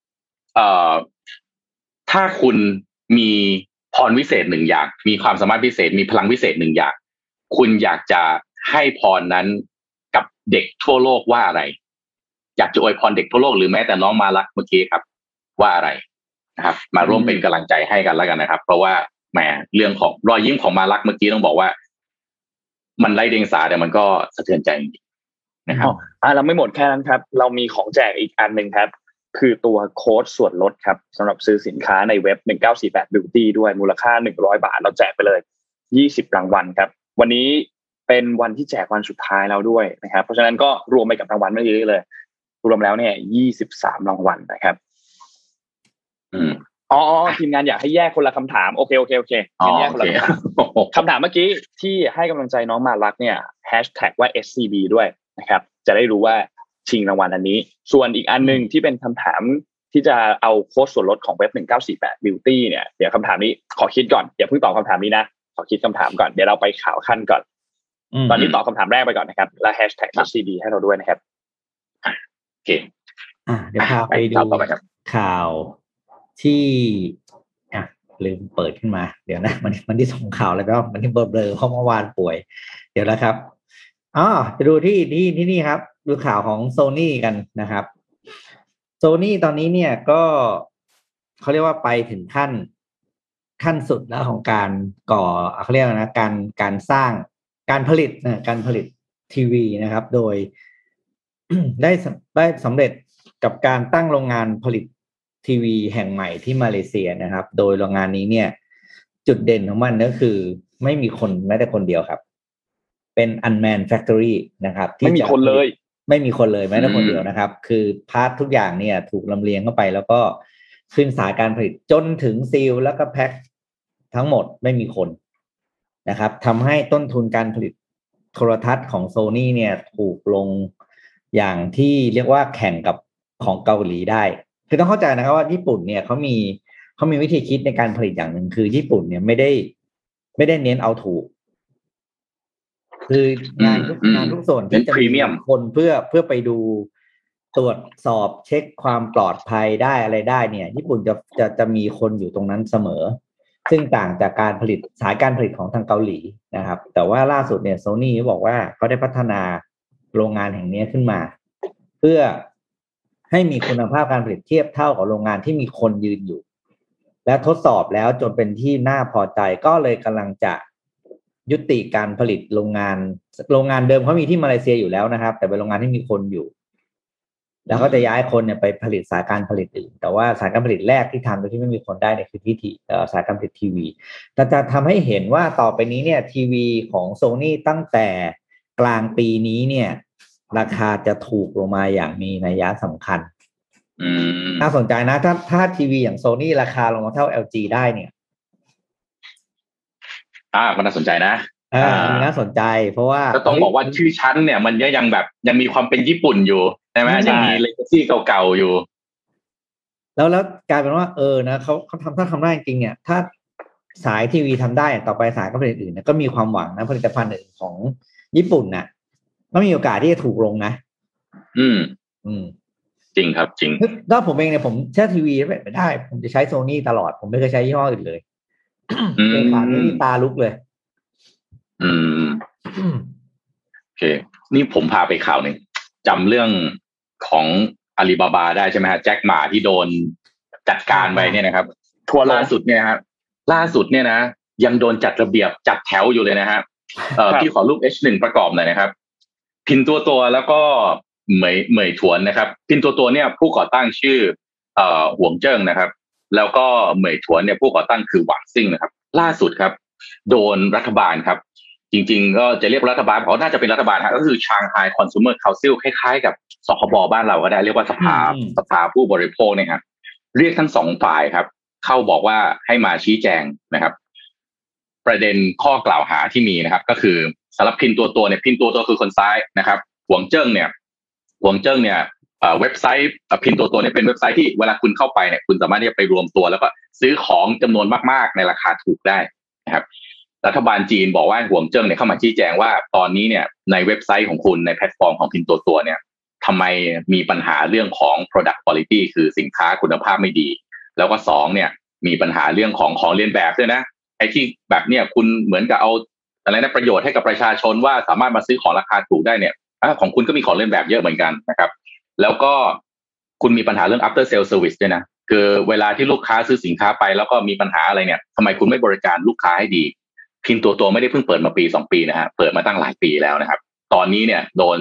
ถ้าคุณมีพรวิเศษ1อย่างมีความสามารถพิเศษมีพลังวิเศษ1อย่างคุณอยากจะให้พรนั้นกับเด็กทั่วโลกว่าอะไรอยากจะอวยพรเด็กทั่วโลกหรือแม้แต่น้องมาลักเมื่อกี้ครับว่าอะไรนะครับมาร่วมเป็นกำลังใจให้กันแล้วกันนะครับเพราะว่าแหมเรื่องของรอยยิ้มของมาลักเมื่อกี้ต้องบอกว่ามันไร้เดียงสาแต่มันก็สะเทือนใจจริงๆนะครับเราไม่หมดแค่นั้นครับเรามีของแจกอีกอันนึงครับคือตัวโค้ดส่วนลดครับสำหรับซื้อสินค้าในเว็บ1948 Beauty ด้วยมูลค่า100 บาทเราแจกไปเลย20รางวัลครับวันนี้เป็นวันที่แจกวันสุดท้ายแล้วด้วยนะครับเพราะฉะนั้นก็รวมไปกับรางวัลเมื่อกี้เลยรวมแล้วเนี่ย23รางวัลนะครับทีมงานอยากให้แยกคนละคำถามโอเคแยกคนละคำถามเมื่อกี้ที่ให้กำลังใจน้องมาลักเนี่ยแฮชแท็กว่า SCB ด้วยนะครับจะได้รู้ว่าชิงรางวัลอันนี้ส่วนอีกอันนึงที่เป็นคำถามที่จะเอาโค้ดส่วนลดของเว็บ1948 Beauty เนี่ยเดี๋ยวคำถามนี้ขอคิดก่อนอย่าเพิ่งตอบคำถามนี้นะขอคิดคำถามก่อนเดี๋ยวเราไปข่าวขั้นก่อนตอนนี้ตอบคำถามแรกไปก่อนนะครับแล้วแฮชแท็ก SCB ให้เราด้วยนะครับโอเคเดี๋ยวพาไปดูข่าวที่ลืมเปิดขึ้นมาเดี๋ยวนะมันที่ส่งข่าวแล้วก็มันที่เบลอเพราะเมื่อวานป่วยเดี๋ยวแล้วครับจะดูที่นี่ครับดูข่าวของ Sony กันนะครับ Sony ตอนนี้เนี่ยก็เขาเรียกว่าไปถึงขั้นสุดแล้วของการเขาเรียกนะการสร้างการผลิตทีวีนะครับโดย ได้สำเร็จกับการตั้งโรงงานผลิตทีวีแห่งใหม่ที่มาเลเซียนะครับโดยโรงงานนี้เนี่ยจุดเด่นของมันก็คือไม่มีคนแม้แต่คนเดียวครับเป็น unmanned factory นะครับไม่มีคนเลยแม้แต่คนเดียวนะครับคือพาร์ททุกอย่างเนี่ยถูกลำเลียงเข้าไปแล้วก็ขึ้นสายการผลิตจนถึงซีลแล้วก็แพ็คทั้งหมดไม่มีคนนะครับทำให้ต้นทุนการผลิตโทรทัศน์ของ Sony เนี่ยถูกลงอย่างที่เรียกว่าแข่งกับของเกาหลีได้คือต้องเข้าใจนะครับว่าญี่ปุ่นเนี่ยเขามีวิธีคิดในการผลิตอย่างหนึ่งคือญี่ปุ่นเนี่ยไม่ได้เน้นเอาถูกคืองานทุกส่วนที่จะมีคนเพื่อไปดูตรวจสอบเช็คความปลอดภัยได้อะไรได้เนี่ยญี่ปุ่นจะมีคนอยู่ตรงนั้นเสมอซึ่งต่างจากการผลิตสายการผลิตของทางเกาหลีนะครับแต่ว่าล่าสุดเนี่ย Sony บอกว่าเขาได้พัฒนาโรงงานแห่งนี้ขึ้นมาเพื่อให้มีคุณภาพการผลิตเทียบเท่ากับโรงงานที่มีคนยืนอยู่และทดสอบแล้วจนเป็นที่น่าพอใจก็เลยกำลังจะยุติการผลิตโรงงานเดิมเขามีที่มาเลเซียอยู่แล้วนะครับแต่เป็นโรงงานที่มีคนอยู่แล้วก็จะย้ายคนเนี่ยไปผลิตสายการผลิตอื่นแต่ว่าสายการผลิตแรกที่ทำโดยที่ไม่มีคนได้เนี่ยคือที่สายการผลิตทีวีแต่จะทำให้เห็นว่าต่อไปนี้เนี่ยทีวีของ Sony ตั้งแต่กลางปีนี้เนี่ยราคาจะถูกลงมาอย่างมีนัยยะสำคัญน่าสนใจนะถ้าทีวีอย่าง Sony ราคาลงมาเท่า LG ได้เนี่ยก็น่าสนใจนะน่าสนใจเพราะว่าก็ต้องบอกว่าชื่อชั้นเนี่ยมันยังมีความเป็นญี่ปุ่นอยู่ใช่ไหมยังมีเลกาซี่เก่าๆอยู่แล้วกลายเป็นว่านะเขาถ้าทำได้จริงเนี่ยถ้าสายทีวีทำได้ต่อไปสายการผลิตอื่นเนี่ยก็มีความหวังนะผลิตภัณฑ์อื่นของญี่ปุ่นน่ะก็มีโอกาสที่จะถูกลงนะจริงครับจริงถ้าผมเองเนี่ยผมใช้ทีวีไม่ได้ผมจะใช้ Sony ตลอดผมไม่เคยใช้ยี่ห้ออื่นเลยเป็นขาดนี่ตาลุกเลยโอเคนี่ผมพาไปข่าวหนึ่งจำเรื่องของอาลีบาบาได้ใช่ไหมฮะแจ็คหม่าที่โดนจัดการไปเนี่ยนะครับล่าสุดเนี่ยนะยังโดนจัดระเบียบจัดแถวอยู่เลยนะฮะพี่ขอรูป H1 ประกอบหน่อยนะครับพินตัวแล้วก็เหมยถวนนะครับพินตัวเนี่ยผู้ก่อตั้งชื่อหวงเจิ้งนะครับแล้วก็เหมยถวนเนี่ยผู้ก่อตั้งคือหวังซิ่งนะครับล่าสุดครับโดนรัฐบาลครับจริงๆก็จะเรียกรัฐบาลเพราะน่าจะเป็นรัฐบาลฮะก็คือ Shanghai Consumer Council คล้ายๆกับสคบบ้านเราก็ได้เรียกว่าสภาผู้บริโภคเนี่ยครับเรียกทั้งสองฝ่ายครับเข้าบอกว่าให้มาชี้แจงนะครับประเด็นข้อกล่าวหาที่มีนะครับก็คือสำหรับพินตัวเนี่ยพินตัวคือคนซ้ายนะครับหวงเจิ้งเนี่ยเว็บไซต์พินตัวเนี่ยเป็นเว็บไซต์ที่เวลาคุณเข้าไปเนี่ยคุณสามารถที่จะไปรวมตัวแล้วก็ซื้อของจำนวนมากๆในราคาถูกได้นะครับรัฐบาลจีนบอกว่าหวงเจิ้งเนี่ยเข้ามาชี้แจงว่าตอนนี้เนี่ยในเว็บไซต์ของคุณในแพลตฟอร์มของพินตัวเนี่ยทำไมมีปัญหาเรื่องของ product quality คือสินค้าคุณภาพไม่ดีแล้วก็2เนี่ยมีปัญหาเรื่องของเลียนแบบด้วยนะไอ้ที่แบบเนี่ยคุณเหมือนกับเอาอะไรนะประโยชน์ให้กับประชาชนว่าสามารถมาซื้อของราคาถูกได้เนี่ยของคุณก็มีของเลียนแบบเยอะเหมือนกันนะครับแล้วก็คุณมีปัญหาเรื่อง after sale service ด้วยนะคือเวลาที่ลูกค้าซื้อสินค้าไปแล้วก็มีปัญหาอะไรเนี่ยทำไมคุณไม่บริการลูกค้าให้ดีพินตัวไม่ได้เพิ่งเปิดมาปี2ปีนะฮะเปิดมาตั้งหลายปีแล้วนะครับตอนนี้เนี่ยโดน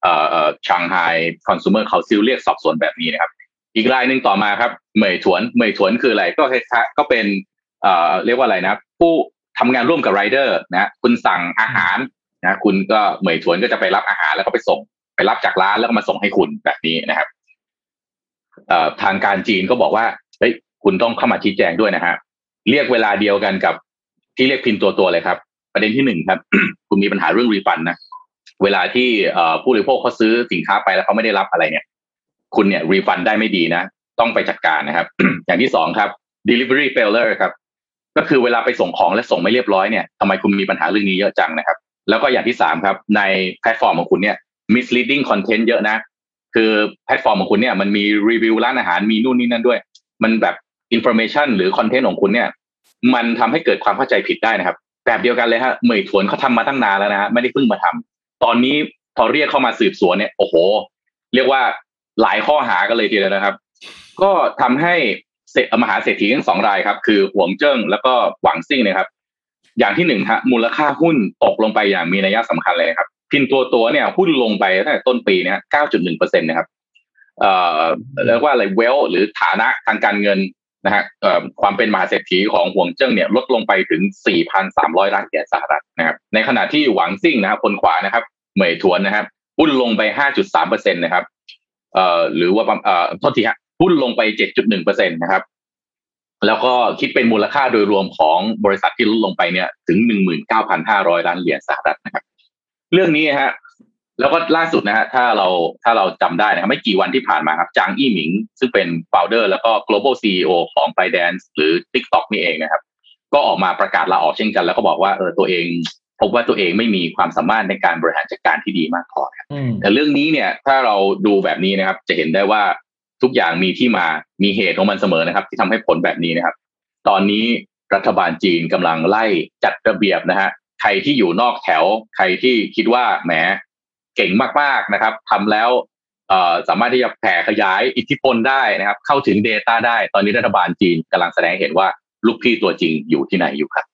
Shanghai Consumer Council เรียกสอบสวนแบบนี้นะครับอีกรายนึงต่อมาครับเหมยถวนคืออะไรก็เป็นเรียกว่าอะไรนะผู้ทำงานร่วมกับไรเดอร์นะคุณสั่งอาหารนะคุณก็เหมยถวนก็จะไปรับอาหารแล้วก็ไปรับจากร้านแล้วก็มาส่งให้คุณแบบนี้นะครับทางการจีนก็บอกว่าเฮ้ยคุณต้องเข้ามาชี้แจงด้วยนะฮะเรียกเวลาเดียวกันกับที่เรียกพินตัวเลยครับประเด็นที่1ครับ คุณมีปัญหาเรื่องรีฟันนะเวลาที่ผู้บริโภคเขาซื้อสินค้าไปแล้วเขาไม่ได้รับอะไรเนี่ยคุณเนี่ยรีฟันได้ไม่ดีนะต้องไปจัดการนะครับ อย่างที่2ครับ delivery failure ครับก็คือเวลาไปส่งของและส่งไม่เรียบร้อยเนี่ยทำไมคุณมีปัญหาเรื่องนี้เยอะจังนะครับแล้วก็อย่างที่3ครับในแพลตฟอร์มของคุณเนี่ย misleading content เยอะนะคือแพลตฟอร์มของคุณเนี่ยมันมีรีวิวร้านอาหารมีนู่นนี่นั่นด้วยมันแบบ information หรือ content ของคุณเนี่ยมันทำให้เกิดความเข้าใจผิดได้นะครับแบบเดียวกันเลยฮะเหมยถวนเขาทำมาตั้งนานแล้วนะฮะไม่ได้เพิ่งมาทำตอนนี้พอเรียกเข้ามาสืบสวนเนี่ยโอ้โหเรียกว่าหลายข้อหากันเลยทีเดียวนะครับก็ทำให้มหาเศรษฐีทั้ง2รายครับคือหวงเจิ้งแล้วก็หวังซิ่งนะครับอย่างที่1ฮะมูลค่าหุ้นตกลงไปอย่างมีนัยสำคัญเลยครับพินตัวเนี่ยหุ้นลงไปตั้งแต่ต้นปีเนี่ย 9.1% นะครับเรียกว่าอะไรเวลหรือฐานะทางการเงินนะฮะความเป็นมหาเศรษฐีของหวงเจิ้งเนี่ยลดลงไปถึง 4,300 ล้านเหรียญสหรัฐนะครับในขณะที่หวังซิ่งนะครับคนขวานะครับเหมยถวนนะครับหุ้นลงไป 5.3% นะครับหรือว่าโทษทีฮะหุ้นลงไป 7.1% นะครับแล้วก็คิดเป็นมูลค่าโดยรวมของบริษัทที่ลดลงไปเนี่ยถึง 19,500 ล้านเหรียญสหรัฐนะครับเรื่องนี้ฮะแล้วก็ล่าสุดนะฮะถ้าเราจำได้นะครับไม่กี่วันที่ผ่านมาครับจางอี้หมิงซึ่งเป็น founder แล้วก็ global CEO ของ ByteDance หรือ TikTok นี่เองนะครับก็ออกมาประกาศลาออกเช่นกันแล้วก็บอกว่าตัวเองพบว่าตัวเองไม่มีความสามารถในการบริหารจัดการที่ดีมากพอครับแต่เรื่องนี้เนี่ยถ้าเราดูแบบนี้นะครับจะเห็นได้ว่าทุกอย่างมีที่มามีเหตุของมันเสมอนะครับที่ทำให้ผลแบบนี้นะครับตอนนี้รัฐบาลจีนกำลังไล่จัดระเบียบนะฮะใครที่อยู่นอกแถวใครที่คิดว่าแหมเก่งมากๆนะครับทำแล้วสามารถที่จะแผ่ขยายอิทธิพลได้นะครับเข้าถึง data ได้ตอนนี้รัฐบาลจีนกำลังแสดงให้เห็นว่าลูกพี่ตัวจริงอยู่ที่ไหนอยู่ครับ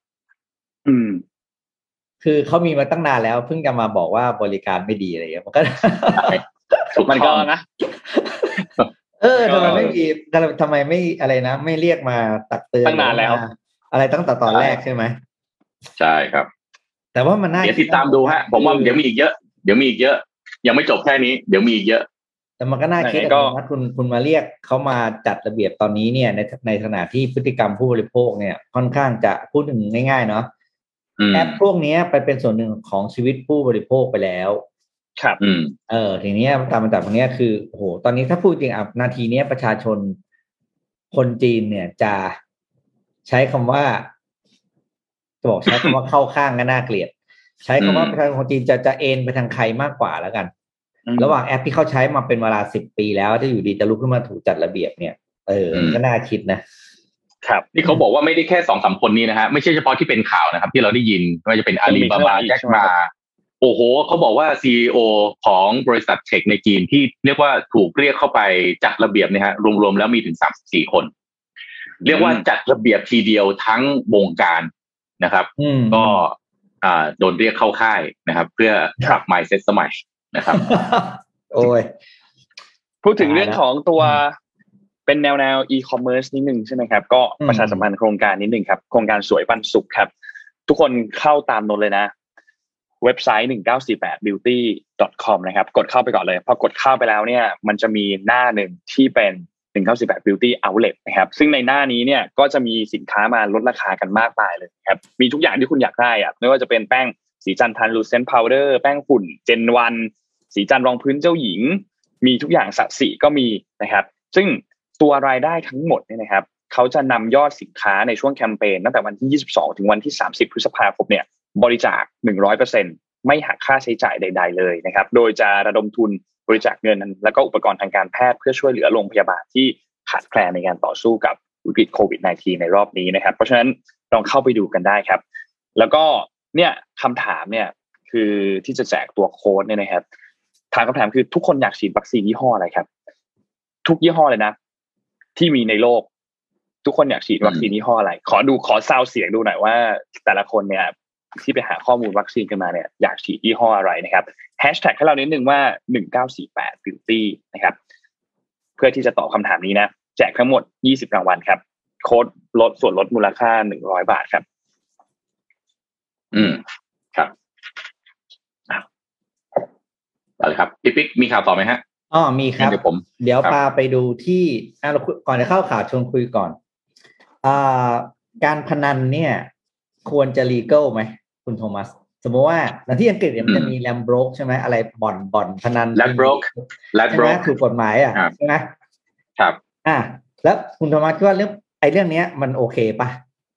คือเขามีมาตั้งนานแล้วเพิ่งจะมาบอกว่าบริการไม่ดีอะไรอย่างเงี้ยมันก็มันก็นะทำไมไม่มีทำไมไม่อะไรนะไม่เรียกมาตักเตือนตั้งนานแล้วอะไรตั้งแต่ตอนแรกใช่ไหมใช่ครับแต่ว่ามันน่าเดี๋ยวติดตามดูฮะผมว่าเดี๋ยวมีอีกเยอะยังไม่จบแค่นี้เดี๋ยวมีอีกเยอะแต่มันก็น่าคิดว่าคุณมาเรียกเขามาจัดระเบียบตอนนี้เนี่ยในขณะที่พฤติกรรมผู้บริโภคเนี่ยค่อนข้างจะพูดถึงง่ายๆเนาะแอปพวกนี้ไปเป็นส่วนหนึ่งของชีวิตผู้บริโภคไปแล้วครับทีนี้ตามมาจากตรงนี้คือโอ้โหตอนนี้ถ้าพูดจริงนาทีนี้ประชาชนคนจีนเนี่ยจะใช้คำว่าจะบอกใช้คำว่าเข้าข้างก็น่าเกลียดใช้คำว่าประชาชนคนจีนจะเอ็นไปทางใครมากกว่าแล้วกันระหว่างแอปที่เขาใช้มาเป็นเวลา10 ปีแล้วที่อยู่ดีจะลุกขึ้นมาถูกจัดระเบียบเนี่ยก็น่าคิดนะครับนี่เขาบอกว่าไม่ได้แค่ 2-3 คนนี้นะฮะไม่ใช่เฉพาะที่เป็นข่าวนะครับที่เราได้ยินว่าจะเป็นอาลีบาบาแจ็คมาโอ้โหเขาบอกว่า CEO ของบริษัทเทคในจีนที่เรียกว่าถูกเรียกเข้าไปจัดระเบียบเนี่ยฮะรวมๆแล้วมีถึง34 คนเรียกว่าจัดระเบียบทีเดียวทั้งวงการนะครับก็โดนเรียกเข้าค่ายนะครับเพื่อปรับ mindset สมัยนะครับโอ้ยพูดถึงเรื่องของตัวเป็นแนว e-commerce นิดนึงใช่ไหมครับก็ประชาสัมพันธ์โครงการนิดนึงครับโครงการสวยปันสุขครับทุกคนเข้าตามนนเลยนะเว็บไซต์1948beauty.com นะครับกดเข้าไปก่อนเลยพอกดเข้าไปแล้วเนี่ยมันจะมีหน้าหนึ่งที่เป็น1948 Beauty Outlet นะครับซึ่งในหน้านี้เนี่ยก็จะมีสินค้ามาลดราคากันมากมายเลยครับมีทุกอย่างที่คุณอยากได้อะไม่ว่าจะเป็นแป้งสีจันทร์ Translucent Powder แป้งฝุ่น Gen 1สีจันทร์รองพื้นเจ้าหญิงมีทุกอย่างสัดสีก็มีนะครับซึ่งตัวรายได้ทั้งหมดเนี่ยนะครับเขาจะนำยอดสินค้าในช่วงแคมเปญตั้งแต่วันที่22ถึงวันที่30พฤษภาคมเนี่ยบริจาค 100% ไม่หักค่าใช้จ่ายใดๆเลยนะครับโดยจะระดมทุนบริจาคเงินแล้วก็อุปกรณ์ทางการแพทย์เพื่อช่วยเหลือโรงพยาบาลที่ขาดแคลนในการต่อสู้กับวิกฤตโควิด -19 ในรอบนี้นะครับเพราะฉะนั้นลองเข้าไปดูกันได้ครับแล้วก็เนี่ยคำถามเนี่ยคือที่จะแจกตัวโค้ดเนี่ยนะครับถามคำถามคือทุกคนอยากฉีดวัคซีนยี่ห้ออะไรครับทุกยี่ห้อเลยนะที่มีในโลกทุกคนอยากฉีดวัคซีนยี่ห้ออะไรขอซาวเสียงดูหน่อยว่าแต่ละคนเนี่ยที่ไปหาข้อมูลวัคซีนกันมาเนี่ยอยากฉีดยี่ห้ออะไรนะครับแฮชแท็กให้เรานิดนึงว่า1948 Beauty นะครับเพื่อที่จะตอบคำถามนี้นะแจกทั้งหมด20รางวัลครับโค้ดลดส่วนลดมูลค่า100 บาทครับครับอะไรครับพี่ปิ๊กมีข่าวต่อไหมฮะมีครับเดี๋ยวพาไปดูที่ก่อนจะเข้าข่าวชวนคุยก่อนการพนันเนี่ยควรจะ legal ไหมคุณโทมัสสมมติว่าที่อังกฤษมันจะมีแลมโบรกใช่ไหมอะไรบ่อนพนันแลมโบรกถูกกฎหมายใช่ไหมครับแล้วคุณโทมัสคิดว่าเรื่องนี้มันโอเคป่ะ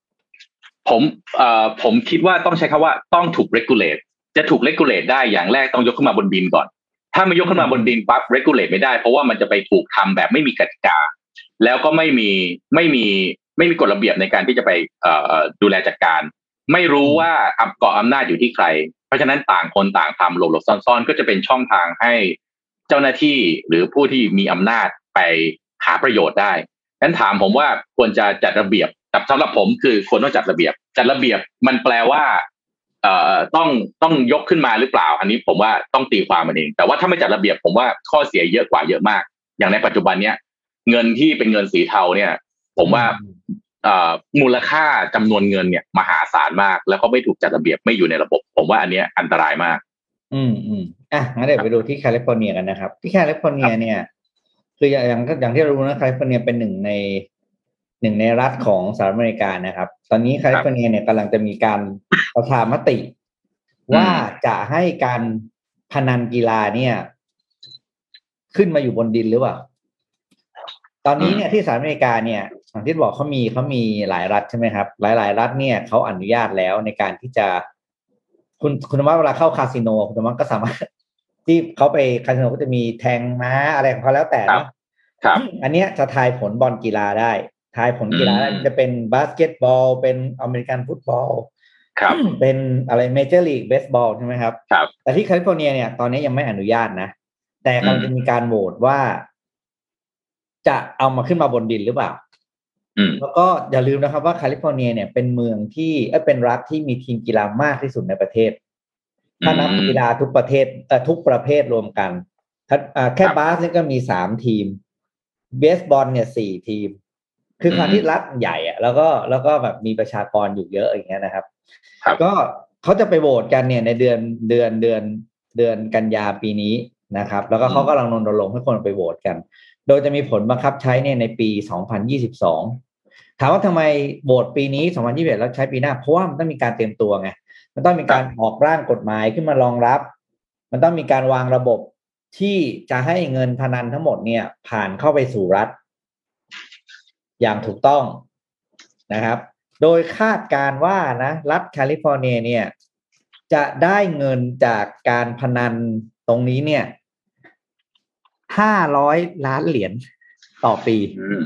ผมคิดว่าต้องใช้คำว่าต้องถูก regulate จะถูก regulate ได้อย่างแรกต้องยกขึ้นมาบนบินก่อนถ้าไม่ยกขึ้นมาบนดินปั๊บ regulate ไม่ได้เพราะว่ามันจะไปถูกทำแบบไม่มีกติกาแล้วก็ไม่มีกฎระเบียบในการที่จะไปดูแลจัดการไม่รู้ว่าเกาะอำนาจอยู่ที่ใครเพราะฉะนั้นต่างคนต่างทำหลบๆซ่อนๆก็จะเป็นช่องทางให้เจ้าหน้าที่หรือผู้ที่มีอำนาจไปหาประโยชน์ได้งั้นถามผมว่าควรจะจัดระเบียบแต่สำหรับผมคือควรต้องจัดระเบียบมันแปลว่าต้องยกขึ้นมาหรือเปล่าอันนี้ผมว่าต้องตีความมันเองแต่ว่าถ้าไม่จัดระเบียบผมว่าข้อเสียเยอะกว่าเยอะมากอย่างในปัจจุบันเนี้ยเงินที่เป็นเงินสีเทาเนี่ยผมว่ามูลค่าจำนวนเงินเนี่ยมหาศาลมากแล้วก็ไม่ถูกจัดระเบียบไม่อยู่ในระบบผมว่าอันเนี้ยอันตรายมากงั้นเดี๋ยวไปดูที่แคลิฟอร์เนียกันนะครับที่แคลิฟอร์เนียเนี่ยคืออย่างที่เรารู้นะแคลิฟอร์เนียเป็นหนึ่งในรัฐของสหรัฐอเมริกานะครับตอนนี้แคลิฟอร์เนียเนี่ยกำลังจะมีการประชามติว่าจะให้การพนันกีฬาเนี่ยขึ้นมาอยู่บนดินหรือเปล่าตอนนี้เนี่ยที่สหรัฐอเมริกาเนี่ยอย่างที่บอกเขามีหลายรัฐใช่ไหมครับหลายรัฐเนี่ยเขาอนุญาตแล้วในการที่จะคุณธรรมะเวลาเข้าคาสิโนคุณธรรมะก็สามารถที่เขาไปคาสิโนก็จะมีแทงม้าอะไรของเขาแล้วแต่นะครับอันเนี้ยจะทายผลบอลกีฬาได้ทายผลกีฬาได้จะเป็นบาสเกตบอลเป็นอเมริกันฟุตบอลเป็นอะไรเมเจอร์ลีกเบสบอลใช่ไหมครับแต่ที่แคลิฟอร์เนียเนี่ยตอนนี้ยังไม่อนุญาตนะแต่กำลังจะมีการโหวตว่าจะเอามาขึ้นมาบนดินหรือเปล่าแล้วก็อย่าลืมนะครับว่าแคลิฟอร์เนียเนี่ยเป็นเมืองที่เป็นรัฐที่มีทีมกีฬามากที่สุดในประเทศถ้านับกีฬาทุกประเภทรวมกันแค่บาสเนี่ยก็มี3ทีมเบสบอลเนี่ย4ทีมคือการที่รัฐใหญ่แล้วก็แบบมีประชากรอยู่เยอะอย่างเงี้ยนะครับก็เขาจะไปโหวตกันเนี่ยในเดือนกันยาปีนี้นะครับแล้วก็เขากำลังรณรงค์ให้คนไปโหวตกันโดยจะมีผลบังคับใช้ในปี2022ถามว่าทำไมโหวตปีนี้2021แล้วใช้ปีหน้าเพราะว่ามันต้องมีการเตรียมตัวไงมันต้องมีการออกร่างกฎหมายขึ้นมารองรับมันต้องมีการวางระบบที่จะให้เงินพนันทั้งหมดเนี่ยผ่านเข้าไปสู่รัฐอย่างถูกต้องนะครับโดยคาดการว่านะรัฐแคลิฟอร์เนียเนี่ยจะได้เงินจากการพนันตรงนี้เนี่ย500 ล้านเหรียญต่อปี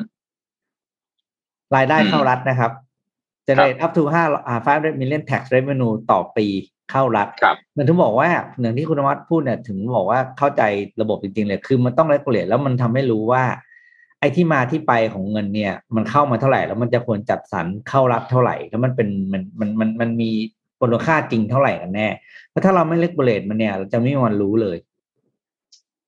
รายได้เข้ารัฐนะครับ generate up to 500 million tax revenue ต่อปีเข้ารัฐเหมือนที่บอกว่าอย่างที่คุณธรรมะพูดเนี่ยถึงบอกว่าเข้าใจระบบจริงๆเลยคือมันต้อง regulate แล้วมันทำให้รู้ว่าไอ้ที่มาที่ไปของเงินเนี่ยมันเข้ามาเท่าไหร่แล้วมันจะควรจัดสรรเข้ารัฐเท่าไหร่แล้วมันเป็นมันมีมูลค่าจริงเท่าไหร่กันแน่เพราะถ้าเราไม่ regulate มันเนี่ยเราจะไม่มีวันรู้เลย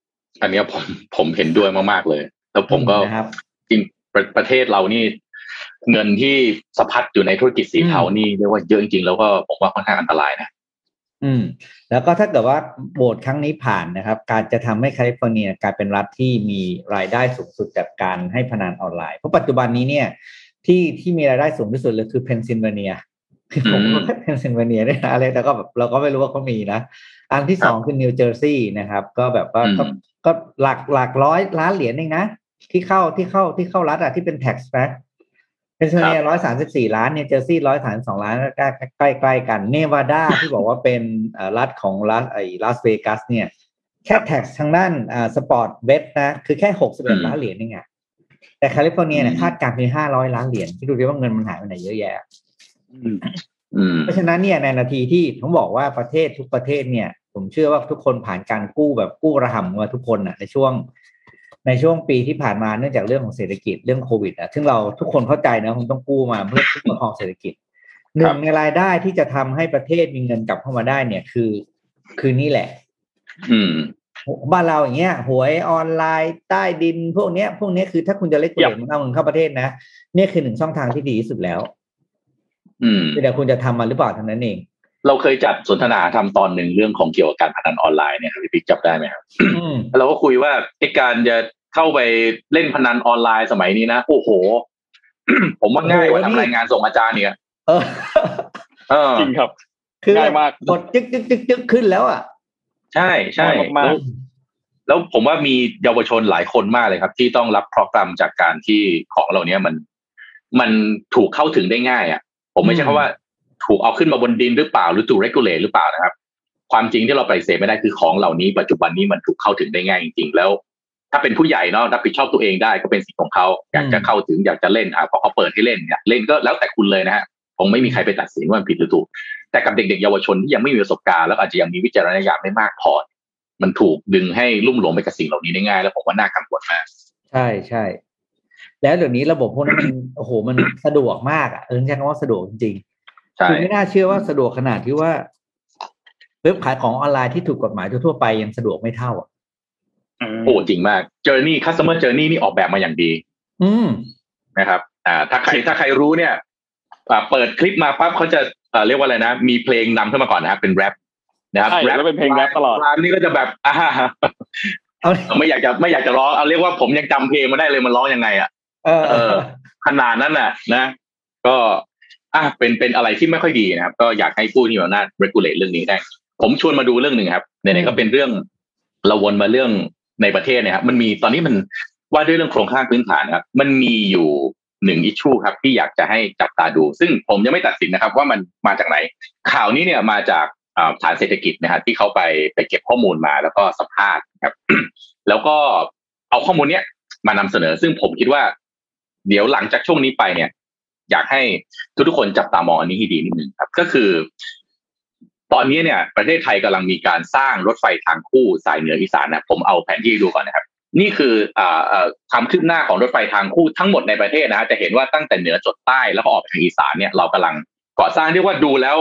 อันนี้ผมเห็นด้วยมากๆเลยแล้วผมก็จริงประเทศเรานี่เงินที่สะพัดอยู่ในธุรกิจสีเทานี่เรียกว่าเยอะจริงๆแล้วก็ผมว่าค่อนข้างอันตรายนะแล้วก็ถ้าเกิดว่าโหวตครั้งนี้ผ่านนะครับการจะทำให้แคลิฟอร์เนียกลายเป็นรัฐที่มีรายได้สูงสุดจากการให้พนันออนไลน์เพราะปัจจุบันนี้เนี่ยที่มีรายได้สูงที่สุดเลยคือเพนซิลเวเนียผมก็เพนซิลเวเนียได้อะไรแต่ก็แบบเราก็ไม่รู้ว่าเขามีนะอันที่สองคือนิวเจอร์ซีย์นะครับก็แบบว่าก็หลักร้อยล้านเหรียญเองนะที่เข้ารัฐอะที่เป็น tax back เพนซิลเวเนีย134ล้านเนี่ยเจอร์ซีย์132ล้านใกล้ๆกันเนวาดาที่บอกว่าเป็นรัฐของรัฐลาสเวกัสเนี่ยแค่ tax ทางด้านสปอร์ตเบทนะคือแค่61ล้านเหรียญเองอะแต่แคลิฟอร์เนียเนี่ยคาดการณ์เป็น500ล้านเหรียญที่ดูดิว่าเงินมันหายไปไหนเยอะแยะเพราะฉะนั้นเนี่ยในนาทีที่ผมบอกว่าประเทศทุกประเทศเนี่ยผมเชื่อว่าทุกคนผ่านการกู้แบบกู้ระห่ำมาทุกคนอ่ะในช่วงปีที่ผ่านมาเนื่องจากเรื่องของเศรษฐกิจเรื่องโควิดอ่ะซึ่งเราทุกคนเข้าใจนะคงต้องกู้มาเพื่อประคองเศรษฐกิจหนึ่งในรายได้ที่จะทำให้ประเทศมีเงินกลับเข้ามาได้เนี่ยคือนี่แหละบ้านเราอย่างเงี้ยหวยออนไลน์ใต้ดินพวกนี้คือถ้าคุณจะเล็กเกินเอาเงินเข้าประเทศนะนี่คือหนึ่งช่องทางที่ดีที่สุดแล้วแต่คุณจะทำมันหรือเปล่าเท่านั้นเองเราเคยจัดสนทนาทำตอนหนึ่งเรื่องของเกี่ยวกับการพนันออนไลน์เนี่ยพี่ปิ๊กจับได้ไหมครับเราก็คุยว่าไอ้การจะเข้าไปเล่นพนันออนไลน์สมัยนี้นะโอ้โห ผมว่าง่ายกว่าทำรายงานส่งอาจารย์เนี่ยจริงครับง่ายมากกดจึ๊กขึ้นแล้วอ่ะใช่แล้วผมว่ามีเยาวชนหลายคนมากเลยครับที่ต้องรับเคราะห์กรรมจากการที่ของเหล่านี้มันถูกเข้าถึงได้ง่ายอ่ะผมไม่ใช่เพราะว่าถูกเอาขึ้นมาบนดินหรือเปล่าหรือถูก regulate หรือเปล่านะครับความจริงที่เราปฏิเสธไม่ได้คือของเหล่านี้ปัจจุบันนี้มันถูกเข้าถึงได้ง่ายจริงๆแล้วถ้าเป็นผู้ใหญ่เนาะรับผิดชอบตัวเองได้ก็เป็นสิทธิ์ของเขาอยากจะเข้าถึงอยากจะเล่นพอเขาเปิดให้เล่นอยากเล่นก็แล้วแต่คุณเลยนะฮะคงไม่มีใครไปตัดสินว่ามันผิดหรือถูกแต่กับเด็กๆเยาวชนที่ยังไม่มีประสบการณ์แล้วอาจจะยังมีวิจารณญาณไม่มากพอมันถูกดึงให้ลุ่มหลงไปกับสิ่งเหล่านี้ได้ง่ายแล้วผมว่าน่ากังวลมากใช่แล้วเดี๋ยวนี้ระบบพวกนั้นมันโอ้โหมันสะดวกมากอ่ะใช้คำว่าสะดวกจริงคือไม่น่าเชื่อว่าสะดวกขนาดที่ว่าเว็บขายของออนไลน์ที่ถูกกฎหมายทั่วไปยังสะดวกไม่เท่าอ่ะโอ้จริงมาก Journey Customer Journey นี่ออกแบบมาอย่างดีนะครับถ้าใครรู้เนี่ยเปิดคลิปมาปั๊บเขาจะเรียกว่าอะไรนะมีเพลงนำขึ้นมาก่อนนะครับเป็นแรปนะครับแรปเป็นเพลงแรปตลอดนี่ก็จะแบบไม่อยากจะร้องเอาเรียกว่าผมยังจำเพลงมาได้เลยมันร้องยังไงอ่ะขนาดนั้นน่ะนะก็เป็นอะไรที่ไม่ค่อยดีนะครับก็อยากให้ผู้ที่มีอำนาจ regulate เรื่องนี้ได้ผมชวนมาดูเรื่องหนึ่งครับไหนๆก็เป็นเรื่องเราวนมาเรื่องในประเทศเนี่ยครับมันมีตอนนี้มันว่าด้วยเรื่องโครงสร้างพื้นฐานครับมันมีอยู่1 issue ครับที่อยากจะให้จับตาดูซึ่งผมยังไม่ตัดสินนะครับว่ามันมาจากไหนข่าวนี้เนี่ยมาจากฐานเศรษฐกิจนะครับที่เขาไปเก็บข้อมูลมาแล้วก็สัมภาษณ์ครับ แล้วก็เอาข้อมูลเนี้ยมานำเสนอซึ่งผมคิดว่าเดี๋ยวหลังจากช่วงนี้ไปเนี่ยอยากให้ทุกคนจับตามองอันนี้ให้ดีนิดนึงครับก็คือตอนนี้เนี่ยประเทศไทยกำลังมีการสร้างรถไฟทางคู่สายเหนืออีสานนะผมเอาแผนที่ดูก่อนนะครับนี่คือความคืบหน้าของรถไฟทางคู่ทั้งหมดในประเทศนะจะเห็นว่าตั้งแต่เหนือจดใต้แล้วก็ออกไปทางอีสานเนี่ยเรากำลังก่อสร้างเรียกว่าดูแล้ว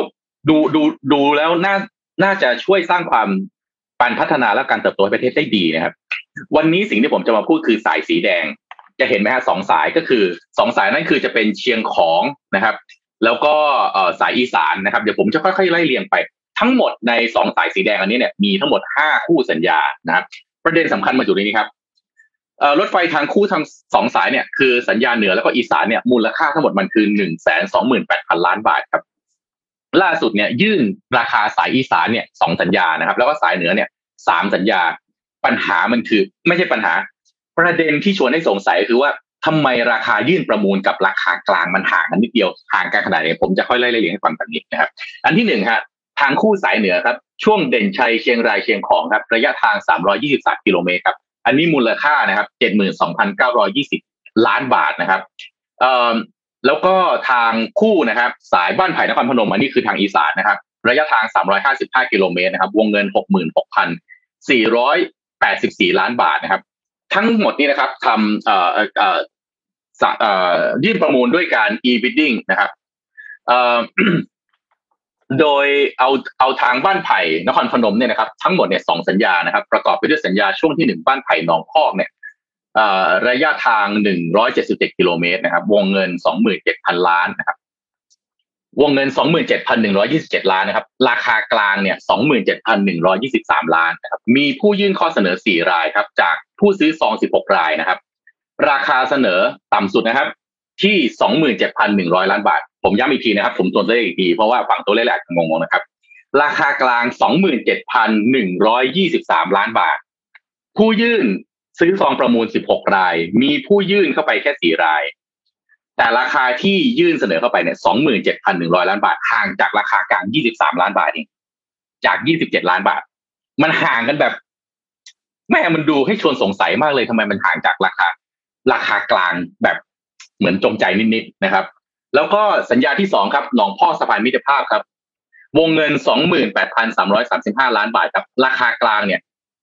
น่าจะช่วยสร้างความพัฒนาและการเติบโตให้ประเทศได้ดีนะครับวันนี้สิ่งที่ผมจะมาพูดคือสายสีแดงจะเห็นไหมฮะ2สายก็คือ2สายนั้นคือจะเป็นเชียงของนะครับแล้วก็สายอีสานนะครับเดี๋ยวผมจะค่อยๆไล่เรียงไปทั้งหมดใน2สายสีแดงอันนี้เนี่ยมีทั้งหมด5คู่สัญญานะครับประเด็นสำคัญมาอยู่ในนี้ครับรถไฟทางคู่ทั้ง2สายเนี่ยคือสัญญาเหนือแล้วก็อีสานเนี่ยมูลค่าทั้งหมดมันคือ 128,000 ล้านบาทครับล่าสุดเนี่ยยื่นราคาสายอีสานเนี่ย2สัญญานะครับแล้วก็สายเหนือเนี่ย3สัญญาปัญหามันคือไม่ใช่ปัญหาประเด็นที่ชวนให้สงสัยคือว่าทำไมราคายื่นประมูลกับราคากลางมันห่างกันนิดเดียวห่างกันขนาดนี้ผมจะค่อยไล่เรียงให้ฟังแบบนี้นะครับอันที่1ฮะทางคู่สายเหนือครับช่วงเด่นชัยเชียงรายเชียงของครับระยะทาง323กิโลเมตรครับอันนี้มูลค่านะครับ 72,920 ล้านบาทนะครับแล้วก็ทางคู่นะครับสายบ้านไผ่นครพนมอันนี้คือทางอีสานนะครับระยะทาง355กิโลเมตรนะครับวงเงิน 66,484 ล้านบาทนะครับทั้งหมดนี้นะครับทำยื่นประมูลด้วยการ e-bidding นะครับโดยเอาทางบ้านไผ่นครพนมเนี่ยนะครับทั้งหมดเนี่ย2สัญญานะครับประกอบไปด้วยสัญญาช่วงที่1บ้านไผ่หนองพอกเนี่ยระยะทาง177กิโลเมตรนะครับวงเงิน 27,000 ล้านนะครับวงเงิน 27,127 ล้านนะครับราคากลางเนี่ย 27,123 ล้านนะครับมีผู้ยื่นข้อเสนอ4รายครับจากผู้ซื้อซอง16รายนะครับราคาเสนอต่ำสุดนะครับที่ 27,100 ล้านบาทผมย้ำอีกทีนะครับผมตัวเลขอีกทีเพราะว่าฝั่งตัวเลขอาจจะงงๆนะครับราคากลาง 27,123 ล้านบาทผู้ยื่นซื้อซองประมูล16รายมีผู้ยื่นเข้าไปแค่4รายแต่ราคาที่ยื่นเสนอเข้าไปเนี่ย 27,100 ล้านบาทห่างจากราคากลาง23ล้านบาทเองจาก27ล้านบาทมันห่างกันแบบแม่มันดูให้ชวนสงสัยมากเลยทำไมมันห่างจากราคากลางแบบเหมือนจงใจนิดๆนะครับแล้วก็สัญญาที่2ครับหนองพอกสะพานมิตรภาพครับวงเงิน 28,335 ล้านบาทครับราคากลางเนี่ย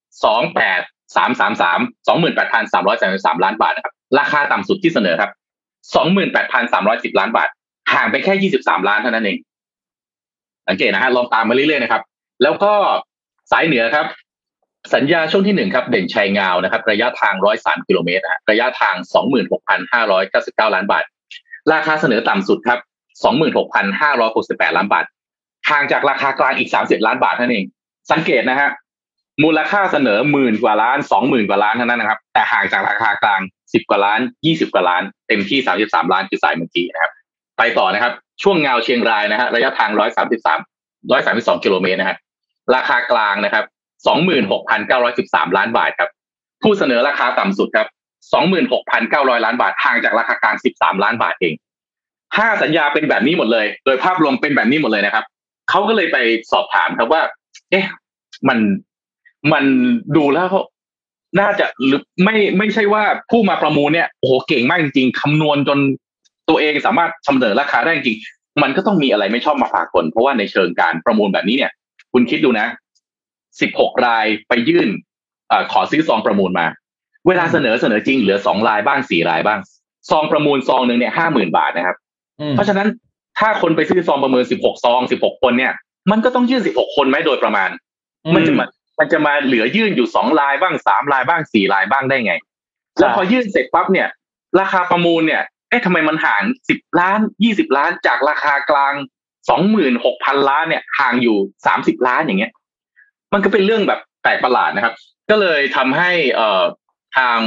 28,333 ล้านบาทนะครับราคาต่ำสุดที่เสนอครับ 28,310 ล้านบาทห่างไปแค่23ล้านเท่านั้นเองสังเกตนะฮะลองตามมาเรื่อยๆนะครับแล้วก็สายเหนือครับสัญญาช่วงที่1ครับเด่นชัยงาวนะครับระยะทาง103กิโลเมตรระยะทาง 26,599 ล้านบาทราคาเสนอต่ำสุดครับ 26,568 ล้านบาทห่างจากราคากลางอีก30ล้านบาทเท่านั้นเองสังเกตนะฮะมูลค่าเสนอ10,000 กว่าล้าน 20,000 กว่าล้านเท่านั้นนะครับแต่ห่างจากราคากลาง10 กว่าล้าน20 กว่าล้านเต็มที่33ล้านคือสายเมื่อกี้นะครับไปต่อนะครับช่วงเงาเชียงรายนะฮะระยะทาง132กิโลเมตรนะฮะราคากลางนะครับ 26,913 ล้านบาทครับผู้เสนอราคาต่ำสุดครับ 26,900 ล้านบาทห่างจากราคากลาง13ล้านบาทเอง5สัญญาเป็นแบบนี้หมดเลยโดยภาพรวมเป็นแบบนี้หมดเลยนะครับเขาก็เลยไปสอบถามครับว่าเอ๊ะมันดูแล้วน่าจะไม่ใช่ว่าผู้มาประมูลเนี่ยโอ้โหเก่งมากจริงๆคำนวณจนตัวเองสามารถเสนอราคาได้จริงมันก็ต้องมีอะไรไม่ชอบมาฝากคนเพราะว่าในเชิงการประมูลแบบนี้เนี่ยคุณคิดดูนะ16รายไปยื่นขอซื้อซองประมูลมาเวลาเสนอจริงเหลือ2รายบ้าง4รายบ้างซองประมูลซองนึงเนี่ย 50,000 บาทนะครับเพราะฉะนั้นถ้าคนไปซื้อซองประมูล16ซอง16คนเนี่ยมันก็ต้องยื่น16คนไหมโดยประมาณมันจะมาเหลือยื่นอยู่2รายบ้าง3รายบ้าง4รายบ้างได้ไงแล้วพอยื่นเสร็จปั๊บเนี่ยราคาประมูลเนี่ยทำไมมันห่าง10ล้าน20ล้านจากราคากลาง 26,000 ล้านเนี่ยห่างอยู่30ล้านอย่างเงี้ยมันก็เป็นเรื่องแบบแปลกประหลาดนะครับก็เลยทำให้ทาง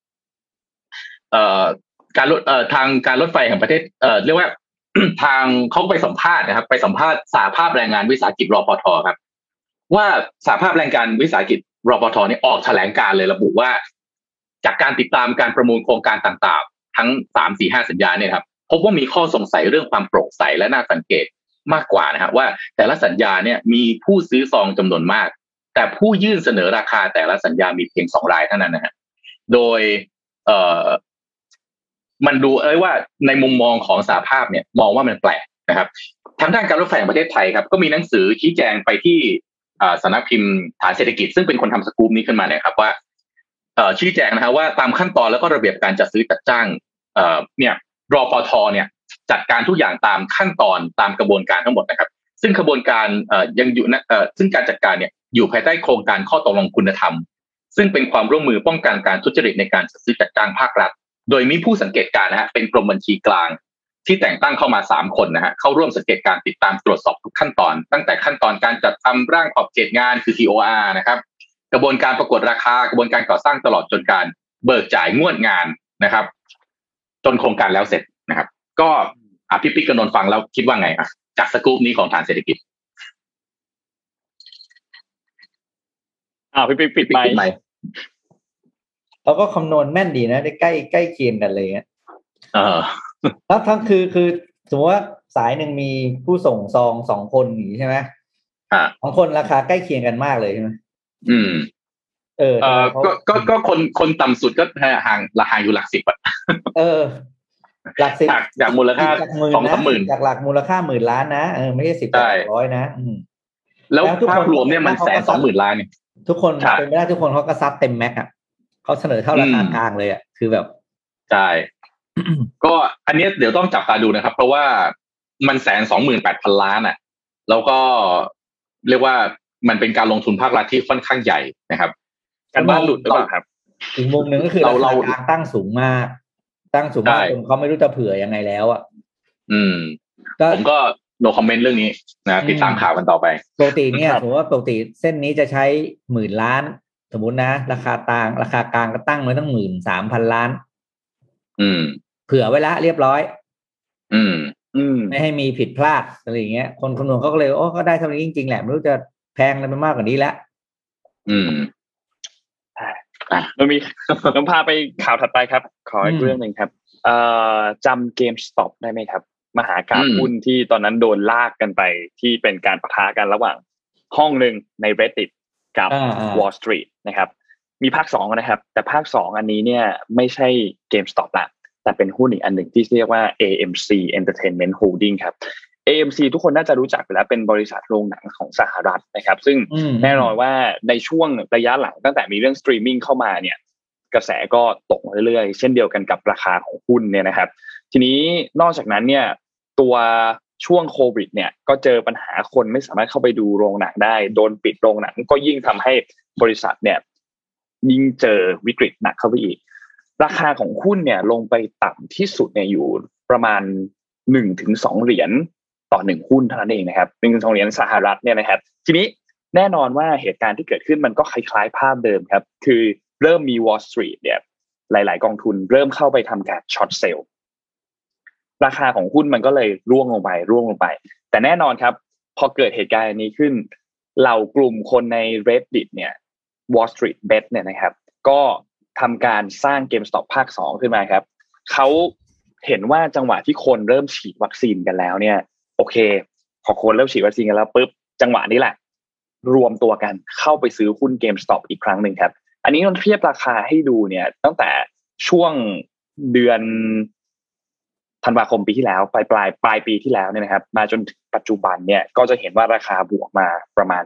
การรถไฟแห่งประเทศเรียกว่า ทางเขาไปสัมภาษณ์นะครับไปสัมภาษณ์สหภาพแรงงานวิสาหกิจรพท.ครับว่าสหภาพแรงงานวิสาหกิจรพท.เนี่ยออกแถลงการเลยระบุว่าจากการติดตามการประมูลโครงการต่างๆทั้ง3 4 5สัญญาเนี่ยครับพบว่ามีข้อสงสัยเรื่องความโปร่งใสและน่าสังเกตมากกว่านะครับว่าแต่ละสัญญาเนี่ยมีผู้ซื้อซองจำนวนมากแต่ผู้ยื่นเสนอราคาแต่ละสัญญามีเพียง2รายเท่านั้นนะฮะโดยมันดูว่าในมุมมองของสหภาพเนี่ยมองว่ามันแปลกนะครับทางด้านการรถไฟแห่งประเทศไทยครับก็มีหนังสือชี้แจงไปที่สำนักพิมพ์ฐานเศรษฐกิจซึ่งเป็นคนทำสกู๊ปนี้ขึ้นมาเนี่ยครับว่าชี้แจงนะฮะว่าตามขั้นตอนแล้วก็ระเบียบการจัดซื้อจัดจ้างเนี่ยรพท.เนี่ยจัดการทุกอย่างตามขั้นตอนตามกระบวนการทั้งหมดนะครับซึ่งกระบวนการยังอยู่ซึ่งการจัดการเนี่ยอยู่ภายใต้โครงการข้อตกลงคุณธรรมซึ่งเป็นความร่วมมือป้องกันการทุจริตในการจัดซื้อจัดจ้างภาครัฐโดยมีผู้สังเกตการนะฮะเป็นกรมบัญชีกลางที่แต่งตั้งเข้ามา3คนนะฮะเข้าร่วมสังเกตการติดตามตรวจสอบทุกขั้นตอนตั้งแต่ขั้นตอนการจัดทำร่างขอบเขตงานคือ TOR นะครับกระบวนการประกวดราคากระบวนการก่อสร้างตลอดจนการเบิกจ่ายงวดงานนะครับจนโครงการแล้วเสร็จนะครับก็พี่ปิ๊กกนนท์ฟังแล้วคิดว่าไงจากสกู๊ปนี้ของฐานเศรษฐกิจพี่ปิ๊กปิดไมค์เขาก็คำนวณแม่นดีนะได้ใกล้เคียงกันเลยแล้วทั้งคือสมมติว่าสายหนึ่งมีผู้ส่งซอง2คนอย่างนี้ใช่ไหม2คนราคาใกล้เคียงกันมากเลยใช่ไหมก็คนต่ำสุดก็ห่างราคาอยู่หลัก10 หลัก10 จากมูลค่า 2-3 จากหลักมูลค่า10,000 ล้านนะไม่ใช่10-100นะแล้วภาพรวมเนี่ยมัน120,000 ล้านเนี่ยทุกคนเป็นไม่ได้ทุกคนเขาก็ซัดเต็มแม็กเขาเสนอเท่าราคากลางเลยคือแบบใช่ ก็อันนี้เดี๋ยวต้องจับตาดูนะครับเพราะว่ามัน128,000 ล้านแล้วก็เรียกว่ามันเป็นการลงทุนภาครัฐที่ค่อนข้างใหญ่นะครับการบ้านหลุดหรือเปล่าครับอีกมุมหนึ่งก็คือราคาตั้งสูงมากจนเขาไม่รู้จะเผื่อยังไงแล้วอ่ะผมก็ no comment เรื่องนี้นะติดตามข่าวกันต่อไปปกติเนี่ยผมว่าปกติเส้นนี้จะใช้10,000 ล้านสมมุตินะราคากลางก็ตั้งไว้ตั้ง13,000 ล้านเผื่อไว้ละเรียบร้อยไม่ให้มีผิดพลาดอะไรอย่างเงี้ยคนคำนวณเขาก็เลยก็ได้เท่านี้จริงๆแหละไม่รู้จะแพงอะไรไปมากกว่านี้แล้วเรามีต้องพาไปข่าวถัดไปครับขออีกเรื่องนึงครับจำ GameStop ได้ไหมครับมหากาพย์หุ้นที่ตอนนั้นโดนลากกันไปที่เป็นการปะทะกันระหว่างห้องนึงใน Reddit กับ Wall Street นะครับมีภาค2นะครับแต่ภาค2อันนี้เนี่ยไม่ใช่ GameStop ละแต่เป็นหุ้นอีกอันหนึ่งที่เรียกว่า AMC Entertainment Holding ครับ AMC ทุกคนน่าจะรู้จักไปแล้วเป็นบริษัทโรงหนังของสหรัฐนะครับซึ่งแน่นอนว่าในช่วงระยะหลังตั้งแต่มีเรื่องสตรีมมิ่งเข้ามาเนี่ยกระแสก็ตกเรื่อยๆเช่นเดียวกันกับราคาของหุ้นเนี่ยนะครับทีนี้นอกจากนั้นเนี่ยตัวช่วงโควิดเนี่ยก็เจอปัญหาคนไม่สามารถเข้าไปดูโรงหนังได้โดนปิดโรงหนังก็ยิ่งทำให้บริษัทเนี่ยยิ่งเจอวิกฤตหนักเข้าไปอีกราคาของหุ้นเนี่ยลงไปต่ำที่สุดเนี่ยอยู่ประมาณ 1-2 เหรียญต่อ1หุ้นเท่านั้นเองนะครับ 1-2 เหรียญสหรัฐเนี่ยนะครับทีนี้แน่นอนว่าเหตุการณ์ที่เกิดขึ้นมันก็คล้ายๆภาพเดิมครับคือเริ่มมี Wall Street เนี่ยหลายๆกองทุนเริ่มเข้าไปทำการช็อตเซลล์ราคาของหุ้นมันก็เลยร่วงลงไปแต่แน่นอนครับพอเกิดเหตุการณ์นี้ขึ้นเหล่ากลุ่มคนใน Reddit เนี่ย Wall Street Bet เนี่ยนะครับก็ทำการสร้าง GameStop ภาค2ขึ้นมาครับเขาเห็นว่าจังหวะที่คนเริ่มฉีดวัคซีนกันแล้วเนี่ยโอเคพอคนเริ่มฉีดวัคซีนกันแล้วปุ๊บจังหวะนี้แหละรวมตัวกันเข้าไปซื้อหุ้น GameStop อีกครั้งนึงครับอันนี้เราเทียบราคาให้ดูเนี่ยตั้งแต่ช่วงเดือนธันวาคมปีที่แล้วปลายปีที่แล้วเนี่ยนะครับมาจนถึงปัจจุบันเนี่ยก็จะเห็นว่าราคาบวกมาประมาณ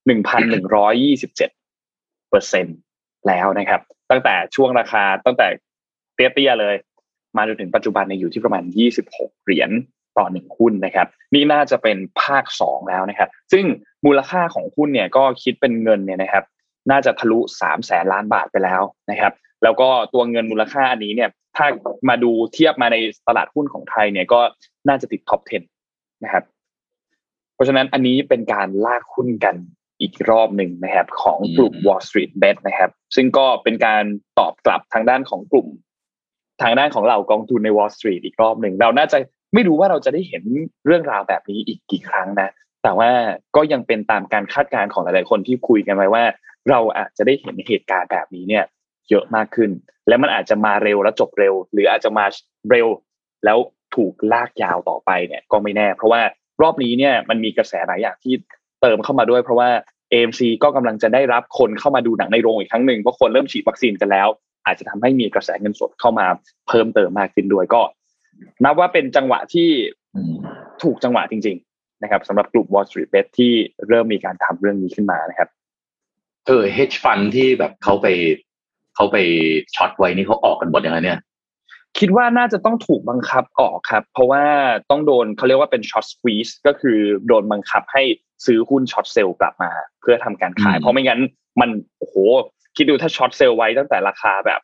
1,127% แล้วนะครับตั้งแต่ช่วงราคาตั้งแต่เตี้ยๆเลยมาจนถึงปัจจุบันเนี่ยอยู่ที่ประมาณ26 เหรียญต่อ1หุ้นนะครับนี่น่าจะเป็นภาค2แล้วนะครับซึ่งมูลค่าของหุ้นเนี่ยก็คิดเป็นเงินเนี่ยนะครับน่าจะทะลุ 300,000 ล้านบาทไปแล้วนะครับแล้วก็ตัวเงินมูลค่าอันนี้เนี่ยถ้ามาดูเทียบมาในตลาดหุ้นของไทยเนี่ยก็น่าจะติดท็อป 10 นะครับเพราะฉะนั้นอันนี้เป็นการลากหุ้นกันอีกรอบหนึ่งนะครับของกลุ่ม Wall Street Bet นะครับซึ่งก็เป็นการตอบกลับทางด้านของกลุ่มทางด้านของเหล่ากองทุนใน Wall Street อีกรอบหนึ่งเราน่าจะไม่รู้ว่าเราจะได้เห็นเรื่องราวแบบนี้อีกกี่ครั้งนะแต่ว่าก็ยังเป็นตามการคาดการณ์ของหลายๆคนที่คุยกันไว้ว่าเราอาจจะได้เห็นเหตุการณ์แบบนี้เนี่ยเยอะมากขึ้นและมันอาจจะมาเร็วแล้วจบเร็วหรืออาจจะมาเร็วแล้วถูกลากยาวต่อไปเนี่ยก็ไม่แน่เพราะว่ารอบนี้เนี่ยมันมีกระแสหลายอย่างที่เติมเข้ามาด้วยเพราะว่า AMC ก็กำลังจะได้รับคนเข้ามาดูหนังในโรงอีกครั้งหนึ่งเพราะคนเริ่มฉีดวัคซีนกันแล้วอาจจะทำให้มีกระแสเงินสดเข้ามาเพิ่มเติมมากขึ้นด้วยก็นับว่าเป็นจังหวะที่ถูกจังหวะจริงๆนะครับสำหรับกลุ่ม Wall Street Bet ที่เริ่มมีการทำเรื่องนี้ขึ้นมานะครับ hedge fund ที่แบบเขาไปช็อตไว้นี่เขาออกกันหมดยังไงเนี่ยคิดว่าน่าจะต้องถูกบังคับออกครับเพราะว่าต้องโดนเขาเรียกว่าเป็น short squeeze ก็คือโดนบังคับให้ซื้อหุ้น short sell กลับมาเพื่อทำการขายเพราะไม่งั้นมันโอ้โหคิดดูถ้า short sell ไว้ตั้งแต่ราคาแบบ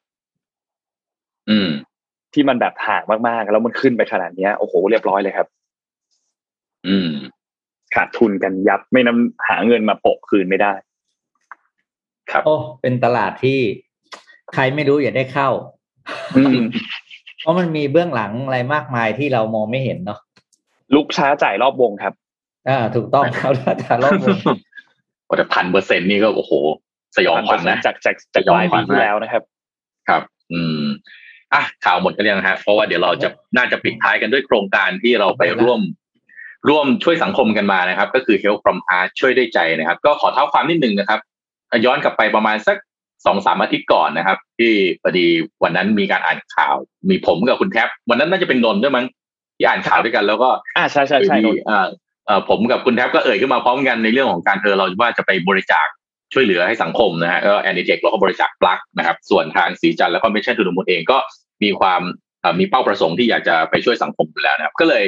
ที่มันแบบห่างมากๆแล้วมันขึ้นไปขนาดนี้โอ้โหเรียบร้อยเลยครับขาดทุนกันยับไม่นำหาเงินมาโปะคืนไม่ได้ครับโอ้เป็นตลาดที่ใครไม่รู้อย่าได้เข้าเพราะมันมีเบื้องหลังอะไรมากมายที่เรามองไม่เห็นเนาะลุกช้าจ่ายรอบวงครับถูกต้องครับจ่ายรอบวงแต่ 1,000% นี่ก็โอ้โหสยองขวัญนะจากปลายปีที่แล้วนะครับครับข่าวหมดกันยังฮะเพราะว่าเดี๋ยวเราจะน่าจะปิดท้ายกันด้วยโครงการที่เราไปร่วมช่วยสังคมกันมานะครับก็คือ Help from Heart ช่วยด้วยใจนะครับก็ขอเท้าความนิดนึงนะครับย้อนกลับไปประมาณสัก 2-3 อาทิตย์ก่อนนะครับที่พอดีวันนั้นมีการอ่านข่าวมีผมกับคุณแท็บวันนั้นน่าจะเป็นนนท์ด้วยมั้งที่อ่านข่าวด้วยกันแล้วก็ใช่ผมกับคุณแท็บก็เอ่ยขึ้นมาพร้อมกันในเรื่องของการเราว่าจะไปบริจาคช่วยเหลือให้สังคมนะฮะก็แอนนิเทคเราก็บริจาคปลั๊กนะครับส่วนทางสีจันทร์แล้วก็Mission to the Moonเองก็มีความมีเป้าประสงค์ที่อยากจะไปช่วยสังคมอยู่แล้วนะครับก็เลย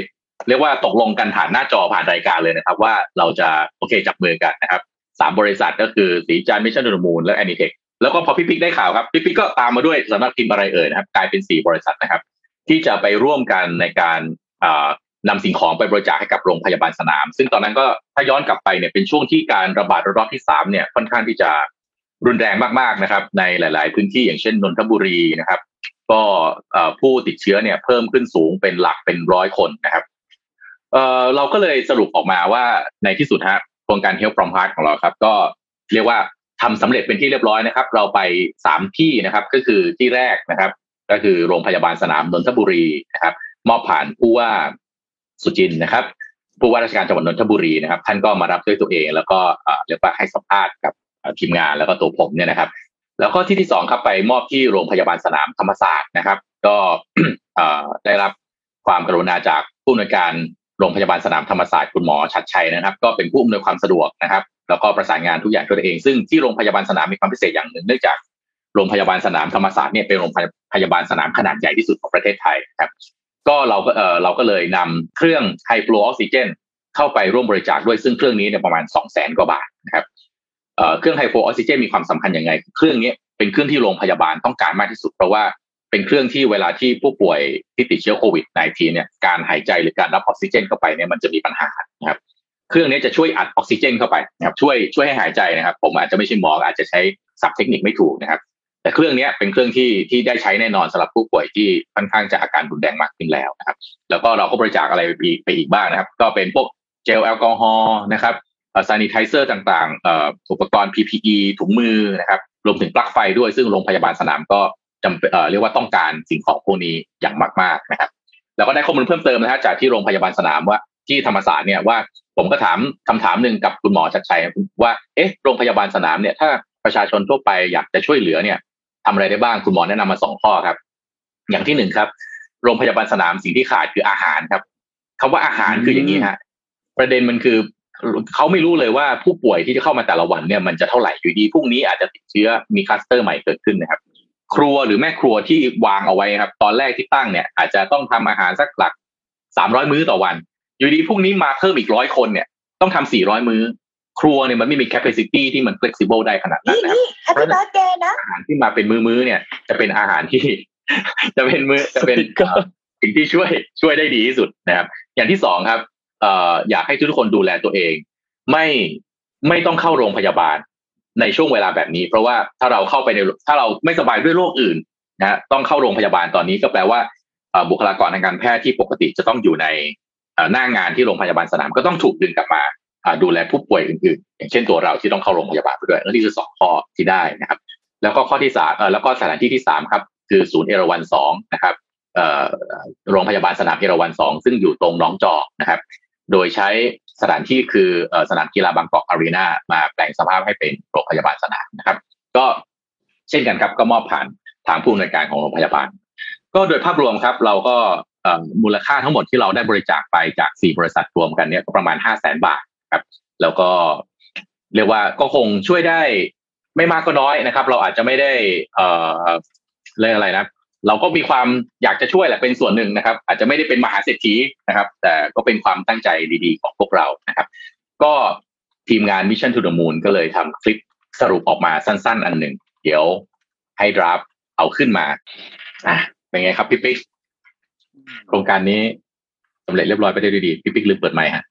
เรียกว่าตกลงกันผ่านหน้าจอผ่านรายการเลยนะครับว่าเราจะโอเคจับมือกันนะครับ3บริษัทก็คือสีจันทร์ Mission to the Moon และ Anitech แล้วก็พอพี่ปิ๊กได้ข่าวครับพี่ปิ๊กก็ตามมาด้วยสำนักพิมพ์อะไรนะครับกลายเป็น4บริษัทนะครับที่จะไปร่วมกันในการนำสิ่งของไปบริจาคให้กับโรงพยาบาลสนามซึ่งตอนนั้นก็ถ้าย้อนกลับไปเนี่ยเป็นช่วงที่การระบาดระลอกที่3เนี่ยค่อนข้างที่จะรุนแรงมากๆนะครับในหลายๆพื้นที่อย่างเช่นนนทบุรีนะครับก็ผู้ติดเชื้อเนี่ยเพิ่มขึ้นสูงเป็นหลักเป็น100 คนนะครับเราก็เลยสรุปออกมาว่าในที่สุดฮะโครงการ Health from Heart ของเราครับก็เรียกว่าทำสำเร็จเป็นที่เรียบร้อยนะครับเราไป3ที่นะครับก็คือที่แรกนะครับก็คือโรงพยาบาลสนามนนทบุรีนะครับมอบผ่านผู้ว่าสุจินต์นะครับผู้ว่าราชการจังหวัดนนทบุรีนะครับท่านก็มารับด้วยตัวเองแล้วก็เรียกว่าให้สัมภาษณ์กับทีมงานแล้วก็ตัวผมเนี่ยนะครับแล้วก็ที่2ครับไปมอบที่โรงพยาบาลสนามธรรมศาสตร์นะครับก็ได้รับความกรุณาจากผู้อำนวยการโรงพยาบาลสนามธรรมศาสตร์คุณหมอชัดชัยนะครับก็เป็นผู้อำนวยความสะดวกนะครับแล้วก็ประสานงานทุกอย่างด้วยตัวเองซึ่งที่โรงพยาบาลสนามมีความพิเศษอย่างหนึ่งเนื่องจากโรงพยาบาลสนามธรรมศาสตร์เนี่ยเป็นโรงพยาบาลสนามขนาดใหญ่ที่สุดของประเทศไทยครับก็เราก็เลยนำเครื่องไฮฟลูออกซิเจนเข้าไปร่วมบริจาคด้วยซึ่งเครื่องนี้เนี่ยประมาณ 200,000 กว่าบาทนะครับเครื่องไฮฟลูออกซิเจนมีความสำคัญยังไงเครื่องนี้เป็นเครื่องที่โรงพยาบาลต้องการมากที่สุดเพราะว่าเป็นเครื่องที่เวลาที่ผู้ป่วยที่ติดเชื้อโควิด -19 เนี่ยการหายใจหรือการรับออกซิเจนเข้าไปเนี่ยมันจะมีปัญหานะครับเครื่องนี้จะช่วยอัดออกซิเจนเข้าไปนะครับช่วยให้หายใจนะครับผมอาจจะไม่ใช่หมออาจจะใช้ศัพท์เทคนิคไม่ถูกนะครับแต่เครื่องนี้เป็นเครื่องที่ได้ใช้แน่นอนสำหรับผู้ป่วยที่ค่อนข้างจะอาการรุนแรงมากขึ้นแล้วนะครับแล้วก็เราก็บริจาคอะไรไปอีกบ้างนะครับก็เป็นพวกเจลแอลกอฮอล์นะครับซานิไทเซอร์ต่างๆอุปกรณ์ PPE ถุงมือนะครับรวมถึงปลั๊กไฟด้วยซึ่งโรงพยาบาลสนามก็เรียกว่าต้องการสิ่งของพวกนี้อย่างมากๆนะครับแล้วก็ได้ข้อมูลเพิ่มเติมนะฮะจากที่โรงพยาบาลสนามว่าที่ธรรมศาสตร์เนี่ยว่าผมก็ถามคำถามหนึ่งกับคุณหมอชัดชัยว่าโรงพยาบาลสนามเนี่ยถ้าประชาชนทั่วไปอยากจะช่วยเหลือเนี่ยทำอะไรได้บ้างคุณหมอแนะนำมา2 ข้อครับอย่างที่1ครับโรงพยาบาลสนามสิ่งที่ขาดคืออาหารครับคำว่าอาหารคืออย่างนี้ฮะประเด็นมันคือเขาไม่รู้เลยว่าผู้ป่วยที่จะเข้ามาแต่ละวันเนี่ยมันจะเท่าไหร่อยู่ดีพรุ่งนี้อาจจะติดเชื้อมีคลัสเตอร์ใหม่เกิดขึ้นนะครับครัวหรือแม่ครัวที่วางเอาไว้ครับตอนแรกที่ตั้งเนี่ยอาจจะต้องทำอาหารสักหลัก300 มื้อต่อวันอยู่ดีพรุ่งนี้มาเพิ่มอีก100 คนเนี่ยต้องทำ400 มื้อครัวเนี่ยมันไม่มี capacity ที่มัน flexible ได้ขนาดนั้นนะครับเพราะฉะนั้นอาหารที่มาเป็นมื้อเนี่ยจะเป็นอาหารที่ จะเป็นสิ่งที่ช่วยได้ดีที่สุดนะครับอย่างที่2ครับอยากให้ทุกคนดูแลตัวเองไม่ต้องเข้าโรงพยาบาลในช่วงเวลาแบบนี้เพราะว่าถ้าเราไม่สบายด้วยโรคอื่นนะต้องเข้าโรงพยาบาลตอนนี้ก็แปลว่าบุคลากรทางการแพทย์ที่ปกติจะต้องอยู่ในหน้างานที่โรงพยาบาลสนามก็ต้องถูกดึงกลับมาดูแลผู้ป่วยอื่นๆอย่างเช่นตัวเราที่ต้องเข้าโรงพยาบาลไปด้วยและนี่คือ2 ข้อที่ได้นะครับแล้วก็ข้อที่3แล้วก็สถานที่ที่3ครับคือศูนย์เอราวัณ2นะครับโรงพยาบาลสนามเอราวัณ2ซึ่งอยู่ตรงหนองจอกนะครับโดยใช้สถานที่คือสนามกีฬาบางกอกอารีนามาแปลงสภาพให้เป็นโรงพยาบาลสนามนะครับก็เช่นกันครับก็มอบผ่านทางผู้อำนวยการของโรงพยาบาลก็โดยภาพรวมครับเราก็มูลค่าทั้งหมดที่เราได้บริจาคไปจาก4 บริษัทรวมกันเนี่ยก็ประมาณ 500,000 บาทครับแล้วก็เรียกว่าก็คงช่วยได้ไม่มากก็น้อยนะครับเราอาจจะไม่ได้เรียกอะไรนะเราก็มีความอยากจะช่วยแหละเป็นส่วนหนึ่งนะครับอาจจะไม่ได้เป็นมหาเศรษฐีนะครับแต่ก็เป็นความตั้งใจดีๆของพวกเรานะครับก็ทีมงาน Mission to the Moon ก็เลยทำคลิปสรุปออกมาสั้นๆอันหนึ่งเดี๋ยวให้ดราฟเอาขึ้นมาเป็นไงครับพี่ปิ๊กโครงการนี้สำเร็จเรียบร้อยไปได้ด้วยดีพี่ปิ๊กลืมเปิดไมค์ฮะ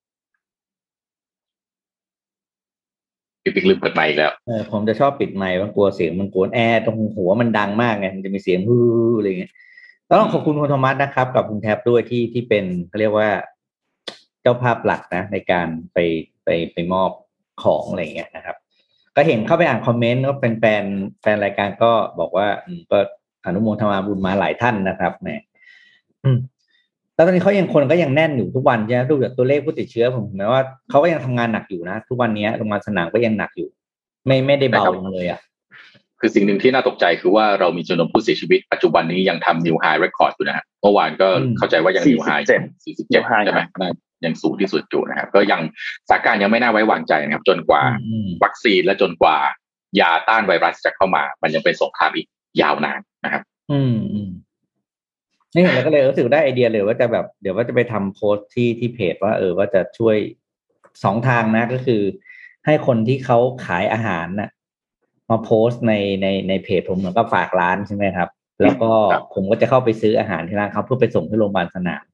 พี่ปิ๊กลืมเปิดไมค์อีกแล้วผมจะชอบปิดไมค์เพราะกลัวเสียงมันกวนแอร์ตรงหัวมันดังมากไงมันจะมีเสียงฮู้อะไรอย่างเงี้ยต้องขอบคุณคุณโทมัสนะครับกับคุณแท็บด้วยที่เป็นเขาเรียกว่าเจ้าภาพหลักนะในการไปมอบของอะไรอย่างเงี้ยนะครับก็เห็นเข้าไปอ่านคอมเมนต์ก็เป็นแฟนรายการก็บอกว่าก็อนุโมทนาบุญมาหลายท่านนะครับแหมแล้วตอนนี้คนก็ยังแน่นอยู่ทุกวันใช่ไหมดูจากตัวเลขผู้ติดเชื้อผมแม้ว่าเขาก็ยังทำงานหนักอยู่นะทุกวันนี้โรงพยาบาลสนามก็ยังหนักอยู่ไม่ได้เบาลงเลยอ่ะคือสิ่งหนึ่งที่น่าตกใจคือว่าเรามีจำนวนผู้เสียชีวิตปัจจุบันนี้ยังทำ new high record อยู่นะฮะเมื่อวานก็เข้าใจว่ายัง new high 47ใช่ไหมยังสูงที่สุดอยู่นะครับก็ยังสถานการณ์ยังไม่น่าไว้วางใจนะครับจนกว่าวัคซีนและจนกว่ายาต้านไวรัสจะเข้ามามันยังเป็นสงครามอีกยาวนานนะครับนี่เราก็เลยรู้สึกได้ไอเดียเลยว่าจะแบบเดี๋ยวว่าจะไปทำโพสต์ที่เพจว่าว่าจะช่วย2 ทางนะก็คือให้คนที่เขาขายอาหารน่ะมาโพสต์ในเพจผมเหมือนก็ฝากร้านใช่ไหมครับแล้วก็ผมก็จะเข้าไปซื้ออาหารที่ร้านเขาเพื่อไปส่งที่โรงพยาบาลสนาม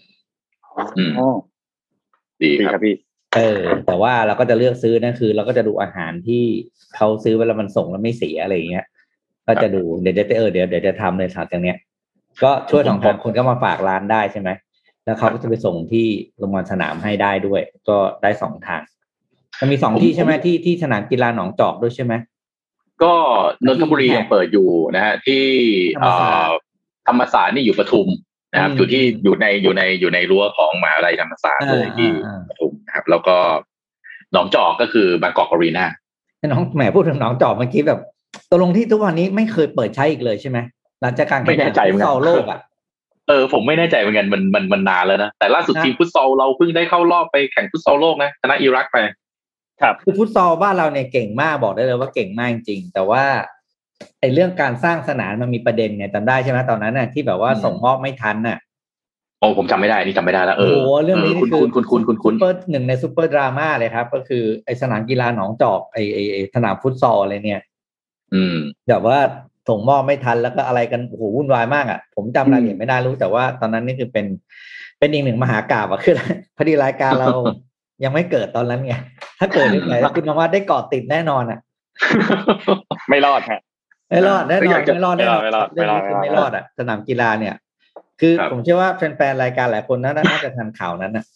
ดีครับพี่แต่ว่าเราก็จะเลือกซื้อนั่นคือเราก็จะดูอาหารที่เขาซื้อเวลามันส่งแล้วไม่เสียอะไรอย่างเงี้ยก็จะดูเดี๋ยวจะทำในสถานอย่างเนี้ยก็ช่วย2 ทางคนก็มาฝากร้านได้ใช่ไหมแล้วเขาก็จะไปส่งที่โรงพยาบาลสนามให้ได้ด้วยก็ได้2 ทางมันมี2 ที่ใช่ไหมที่สนามกีฬาหนองจอกด้วยใช่ไหมก็นนทบุรียังเปิดอยู่นะฮะที่ธรรมศาสตร์นี่อยู่ปทุมนะครับอยู่ในรั้วของมหาวิทยาลัยธรรมศาสตร์เลยที่ปทุมนะครับแล้วก็หนองจอกก็คือบางกอกอารีนาน้องแหมพูดถึงหนองจอกเมื่อกี้แบบตกลงที่ทุกวันนี้ไม่เคยเปิดใช้อีกเลยใช่ไหมหลังจากการแข่งขันฟุตซอลโลกอ่ะผมไม่แน่ใจเหมือนกันมันนานแล้วนะแต่ล่าสุดทีมฟุตซอลเราเพิ่งได้เข้ารอบไปแข่งฟุตซอลโลกนะชนะอิรักไปครับคือฟุตซอลบ้านเราเนี่ยเก่งมากบอกได้เลยว่าเก่งมากจริงแต่ว่าไอ้เรื่องการสร้างสนามมันมีประเด็นไงจำได้ใช่ไหมตอนนั้นน่ะที่แบบว่าส่งมอบไม่ทันน่ะผมจำไม่ได้นี่จำไม่ได้แล้วเรื่องนี้คือคุณซุปเปอร์1ในซุปเปอร์ดราม่าเลยครับก็คือไอ้สนามกีฬาหนองจอกไอ้สนามฟุตซอลอะไรเนี่ยแบบว่าส่งมอบไม่ทันแล้วก็อะไรกันโอ้โหวุ่นวายมากอ่ะผมจำรายละเอียดไม่ได้รู้แต่ว่าตอนนั้นนี่คือเป็นอีกหนึ่งมหากาพย์อ่ะคือพอดีรายการเรายังไม่เกิดตอนนั้นไงถ้าเกิดยังไงคุณนวัดได้เกาะติดแน่นอนอ่ะไม่รอดฮะไม่รอดแน่นอนไม่รอดอ่ะสนามกีฬาเนี่ยคือผมเชื่อว่าแฟนๆรายการหลายคนน่าจะทันข่าวนั้นน่ะ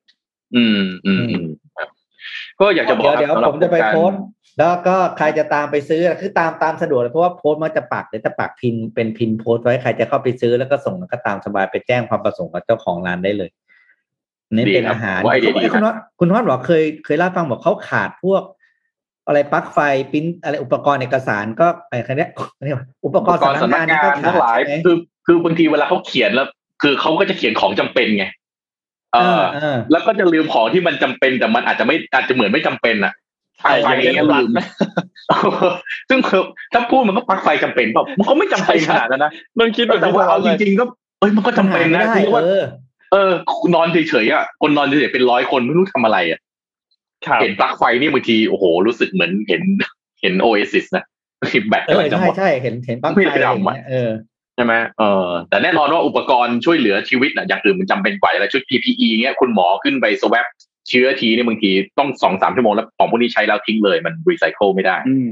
ก็อยากจะบอกเดี๋ยวผมจะไปโพสต์แล้วก็ใครจะตามไปซื้อคือตามสะดวกเพราะว่าโพสต์มันจะปักเดี๋ยวจะปักพินเป็นพินโพสต์ไว้ใครจะเข้าไปซื้อแล้วก็ส่งแล้วก็ตามสบายไปแจ้งความประสงค์กับเจ้าของร้านได้เลยนี่เป็นอาหารคุณวัดบอกเคยเล่าฟังบอกเขาขาดพวกอะไรปลั๊กไฟปิ้นอะไรอุปกรณ์เอกสารก็ไอ้คันนี้อุปกรณ์สำนักงานทั้งหลายคือบางทีเวลาเขาเขียนแล้วคือเขาก็จะเขียนของจำเป็นไงแล้วก็จะลืมของที่มันจำเป็นแต่มันอาจจะเหมือนไม่จำเป็นอ่ะปลั๊กไฟก็ลืมซึ่งถ้าพูดมันก็ปลั๊กไฟจำเป็นเปล่ามันก็ไม่จำเป็นขนาดนั้นนะนนคิดแต่ว่าเอาจริงๆก็มันก็จำเป็นนะคือว่านอนเฉยๆอ่ะคนนอนเฉยๆเป็น100คนไม่รู้ทำอะไรอ่ะเห็นปลั๊กไฟนี่บางทีโอ้โหรู้สึกเหมือนเห็นโอเอซิสนะแบตอะไรจะหมดใช่เห็นปลั๊กไฟใช่ไหมแต่แน่นอนว่าอุปกรณ์ช่วยเหลือชีวิตนะอย่างอื่นมันจำเป็นกว่าอะไรชุด PPE เงี้ยคุณหมอขึ้นไปสแวปเชื้อทีนี่บางทีต้อง 2-3 ชั่วโมงแล้วของพวกนี้ใช้แล้วทิ้งเลยมันรีไซเคิลไม่ได้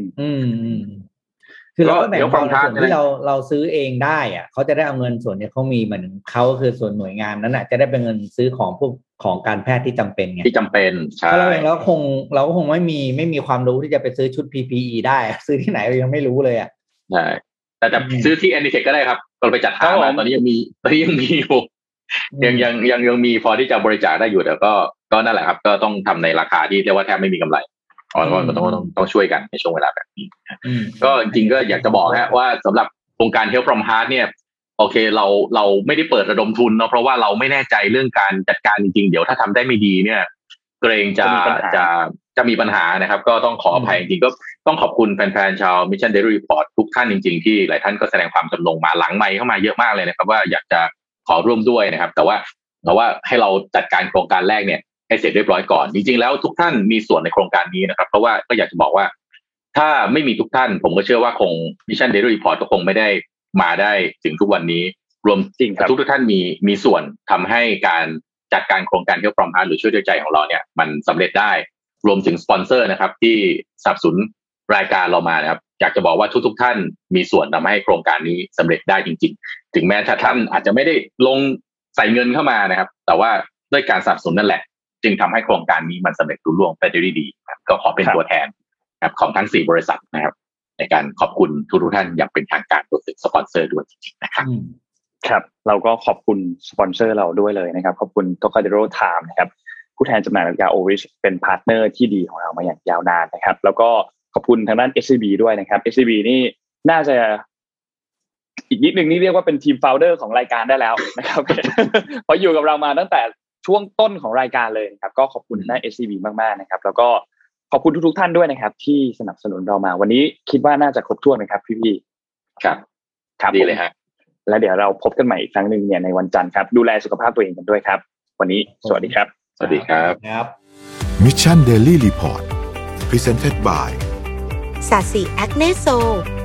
คือเราก็แบ่งส่วนที่เราซื้อเองได้อ่ะเขาจะได้เอาเงินส่วนนี้เขามีเหมือนเขาคือส่วนหน่วยงานนั้นน่ะจะได้เป็นเงินซื้อของพวกของการแพทย์ที่จำเป็นไงที่จำเป็นใช่เราเองเราก็คงไม่มีความรู้ที่จะไปซื้อชุด PPE ได้ซื้อที่ไหนเรายังไม่รู้เลยอ่ะใช่แต่จะซื้อที่ Anitech ก็ได้ครับเราไปจัดหามาตอนนี้ยังมีอยู่ยังมีพอที่จะบริจาคได้อยู่แต่ก็นั่นแหละครับก็ต้องทำในราคาที่เรียกว่าแทบไม่มีกำไรก็ต้องช่วยกันในช่วงเวลาแบบนี้ก็จริงๆก็อยากจะบอกฮะว่าสำหรับโครงการ Health from Heart เนี่ยโอเคเราไม่ได้เปิดระดมทุนเนาะเพราะว่าเราไม่แน่ใจเรื่องการจัดการจริงๆเดี๋ยวถ้าทำได้ไม่ดีเนี่ยเกรงจะมีปัญหานะครับก็ต้องขออภัยจริงๆก็ต้องขอบคุณแฟนๆชาว Mission Daily Report ทุกท่านจริงๆที่หลายท่านก็แสดงความจำนงมาหลังไมค์เข้ามาเยอะมากเลยนะครับว่าอยากจะขอร่วมด้วยนะครับแต่ว่าให้เราจัดการโครงการแรกเนี่ยให้เสร็จเรียบร้อยก่อนจริงๆแล้วทุกท่านมีส่วนในโครงการนี้นะครับเพราะว่าก็อยากจะบอกว่าถ้าไม่มีทุกท่านผมก็เชื่อว่าคง Mission Daily Report ก็คงไม่ได้มาได้ถึงทุกวันนี้รวมจริงทุกท่านมีส่วนทำให้การจัดการโครงการ Health from Heart หรือช่วยด้วยใจของเราเนี่ยมันสำเร็จได้รวมถึงสปอนเซอร์นะครับที่สนับสนุนรายการเรามานะครับอยากจะบอกว่าทุกท่านมีส่วนทำให้โครงการนี้สำเร็จได้จริงๆถึงแม้ท่านอาจจะไม่ได้ลงใส่เงินเข้ามานะครับแต่ว่าด้วยการสนับสนุนนั่นแหละจึงทำให้โครงการนี้มันสำเร็จรุ่งเรืองไปได้ดีก็ขอเป็นตัวแทนครับของทั้ง4บริษัทนะครับในการขอบคุณทุกท่านอย่างเป็นทางการรวมถึงสปอนเซอร์ด้วยจริงๆนะครับครับเราก็ขอบคุณสปอนเซอร์เราด้วยเลยนะครับขอบคุณ Tokadero Time นะครับผู้แทนจำหน่ายนาฬิกา Oris เป็นพาร์ทเนอร์ที่ดีของเรามาอย่างยาวนานนะครับแล้วก็ขอบคุณทางด้าน SCB ด้วยนะครับ SCB นี่น่าจะอีกนิดนึงนี่เรียกว่าเป็นทีมโฟลเดอร์ของรายการได้แล้วนะครับ เพราะอยู่กับเรามาตั้งแต่ช่วงต้นของรายการเลยนะครับก็ขอบคุณทางด้าน SCB มากๆนะครับแล้วก็ขอบคุณทุกๆท่านด้วยนะครับที่สนับสนุนเรามาวันนี้คิดว่าน่าจะครบถ้วนนะครับพี่ๆครับดีเลยฮะและเดี๋ยวเราพบกันใหม่อีกครั้งนึงเนี่ยในวันจันทร์ครับดูแลสุขภาพตัวเองกันด้วยครับวันนี้สวัสดีครับสวัสดีครับ Mission Daily Report Presented by สาสีแอคเนโซ